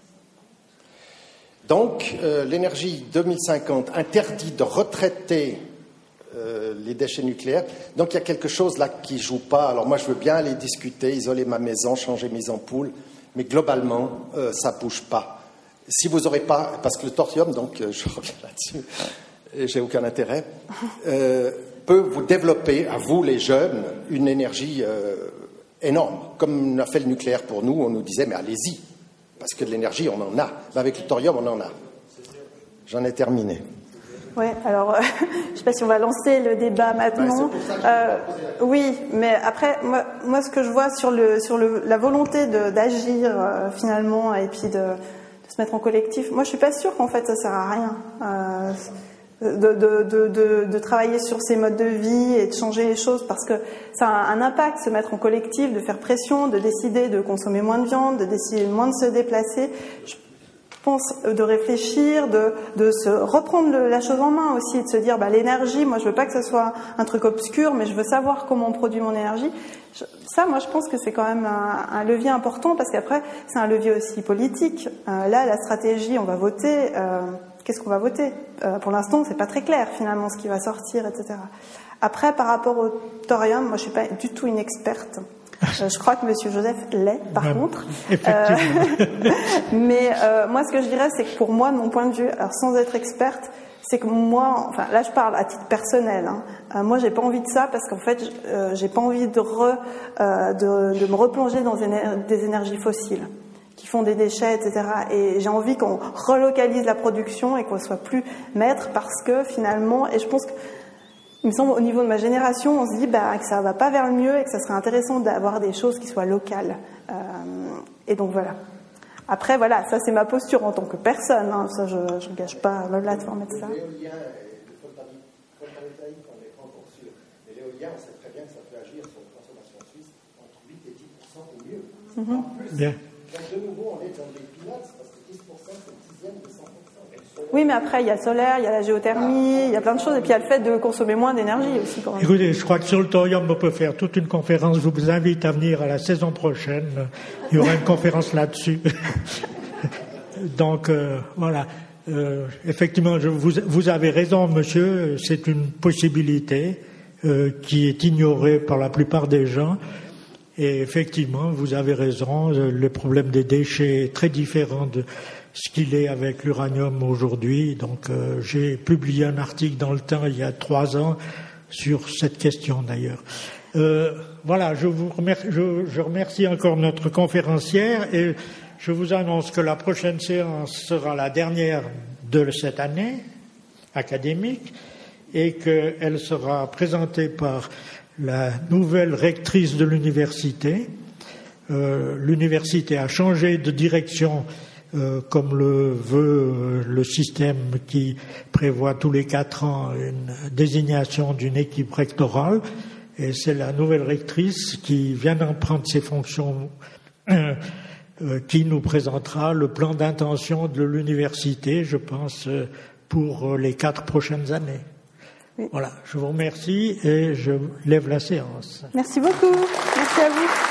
Donc, l'énergie 2050 interdit de retraiter les déchets nucléaires. Donc, il y a quelque chose là qui ne joue pas. Alors, moi, je veux bien aller discuter, isoler ma maison, changer mes ampoules, mais globalement, ça ne bouge pas. Si vous n'aurez pas... Parce que le thorium, donc, je reviens là-dessus, j'ai aucun intérêt, peut vous développer, à vous les jeunes, une énergie énorme. Comme l'a fait le nucléaire pour nous, on nous disait, mais allez-y. Parce que de l'énergie, on en a. Mais avec le thorium, on en a. J'en ai terminé. Oui, alors, je ne sais pas si on va lancer le débat maintenant. Oui, mais après, moi, ce que je vois sur la volonté d'agir, finalement, et puis de se mettre en collectif, moi, je ne suis pas sûre qu'en fait, ça ne sert à rien. de travailler sur ces modes de vie et de changer les choses, parce que ça a un impact, se mettre en collectif, de faire pression, de décider de consommer moins de viande, de décider moins de se déplacer. Je pense de réfléchir, de se reprendre la chose en main aussi, de se dire l'énergie, moi je veux pas que ce soit un truc obscur, mais je veux savoir comment on produit mon énergie. Ça, moi je pense que c'est quand même un levier important, parce qu'après c'est un levier aussi politique. Là, la stratégie, on va voter. Qu'est-ce qu'on va voter ? Pour l'instant, c'est pas très clair finalement ce qui va sortir, etc. Après, par rapport au thorium, moi je suis pas du tout une experte. Je crois que Monsieur Joseph l'est, par contre. Mais moi, ce que je dirais, c'est que pour moi, de mon point de vue, alors sans être experte, c'est que moi, enfin là, je parle à titre personnel. Moi, j'ai pas envie de ça, parce qu'en fait, j'ai pas envie de me replonger dans des énergies fossiles qui font des déchets, etc. Et j'ai envie qu'on relocalise la production et qu'on soit plus maître, parce que finalement, et je pense que il me semble, au niveau de ma génération, on se dit que ça va pas vers le mieux et que ça serait intéressant d'avoir des choses qui soient locales. Et donc voilà. Après, voilà, ça c'est ma posture en tant que personne. Ça, je ne gâche pas ma plateforme et tout ça. L'éolien, le photovoltaïque, on n'est pas encore sûr. Mais l'éolien, on sait très bien que ça peut agir sur la consommation suisse entre 8 et 10% au mieux. En plus, donc de nouveau, on est dans des peanuts, parce que 10% c'est une dixième de 100%. Oui, mais après, il y a le solaire, il y a la géothermie, il y a plein de choses. Et puis, il y a le fait de consommer moins d'énergie aussi, quand même. Écoutez, je crois que sur le thorium, on peut faire toute une conférence. Je vous invite à venir à la saison prochaine. Il y aura une conférence là-dessus. Donc, voilà. Effectivement, vous avez raison, monsieur. C'est une possibilité qui est ignorée par la plupart des gens. Et effectivement, vous avez raison. Le problème des déchets est très différent de ce qu'il est avec l'uranium aujourd'hui. Donc, j'ai publié un article dans le Temps il y a 3 ans sur cette question d'ailleurs. Voilà, je remercie encore notre conférencière, et je vous annonce que la prochaine séance sera la dernière de cette année académique, et qu'elle sera présentée par la nouvelle rectrice de l'université. L'université a changé de direction, comme le veut le système qui prévoit tous les 4 ans une désignation d'une équipe rectorale. Et c'est la nouvelle rectrice qui vient d'en prendre ses fonctions, qui nous présentera le plan d'intention de l'université, je pense, pour les 4 prochaines années. Oui. Voilà, je vous remercie et je lève la séance. Merci beaucoup. Merci à vous.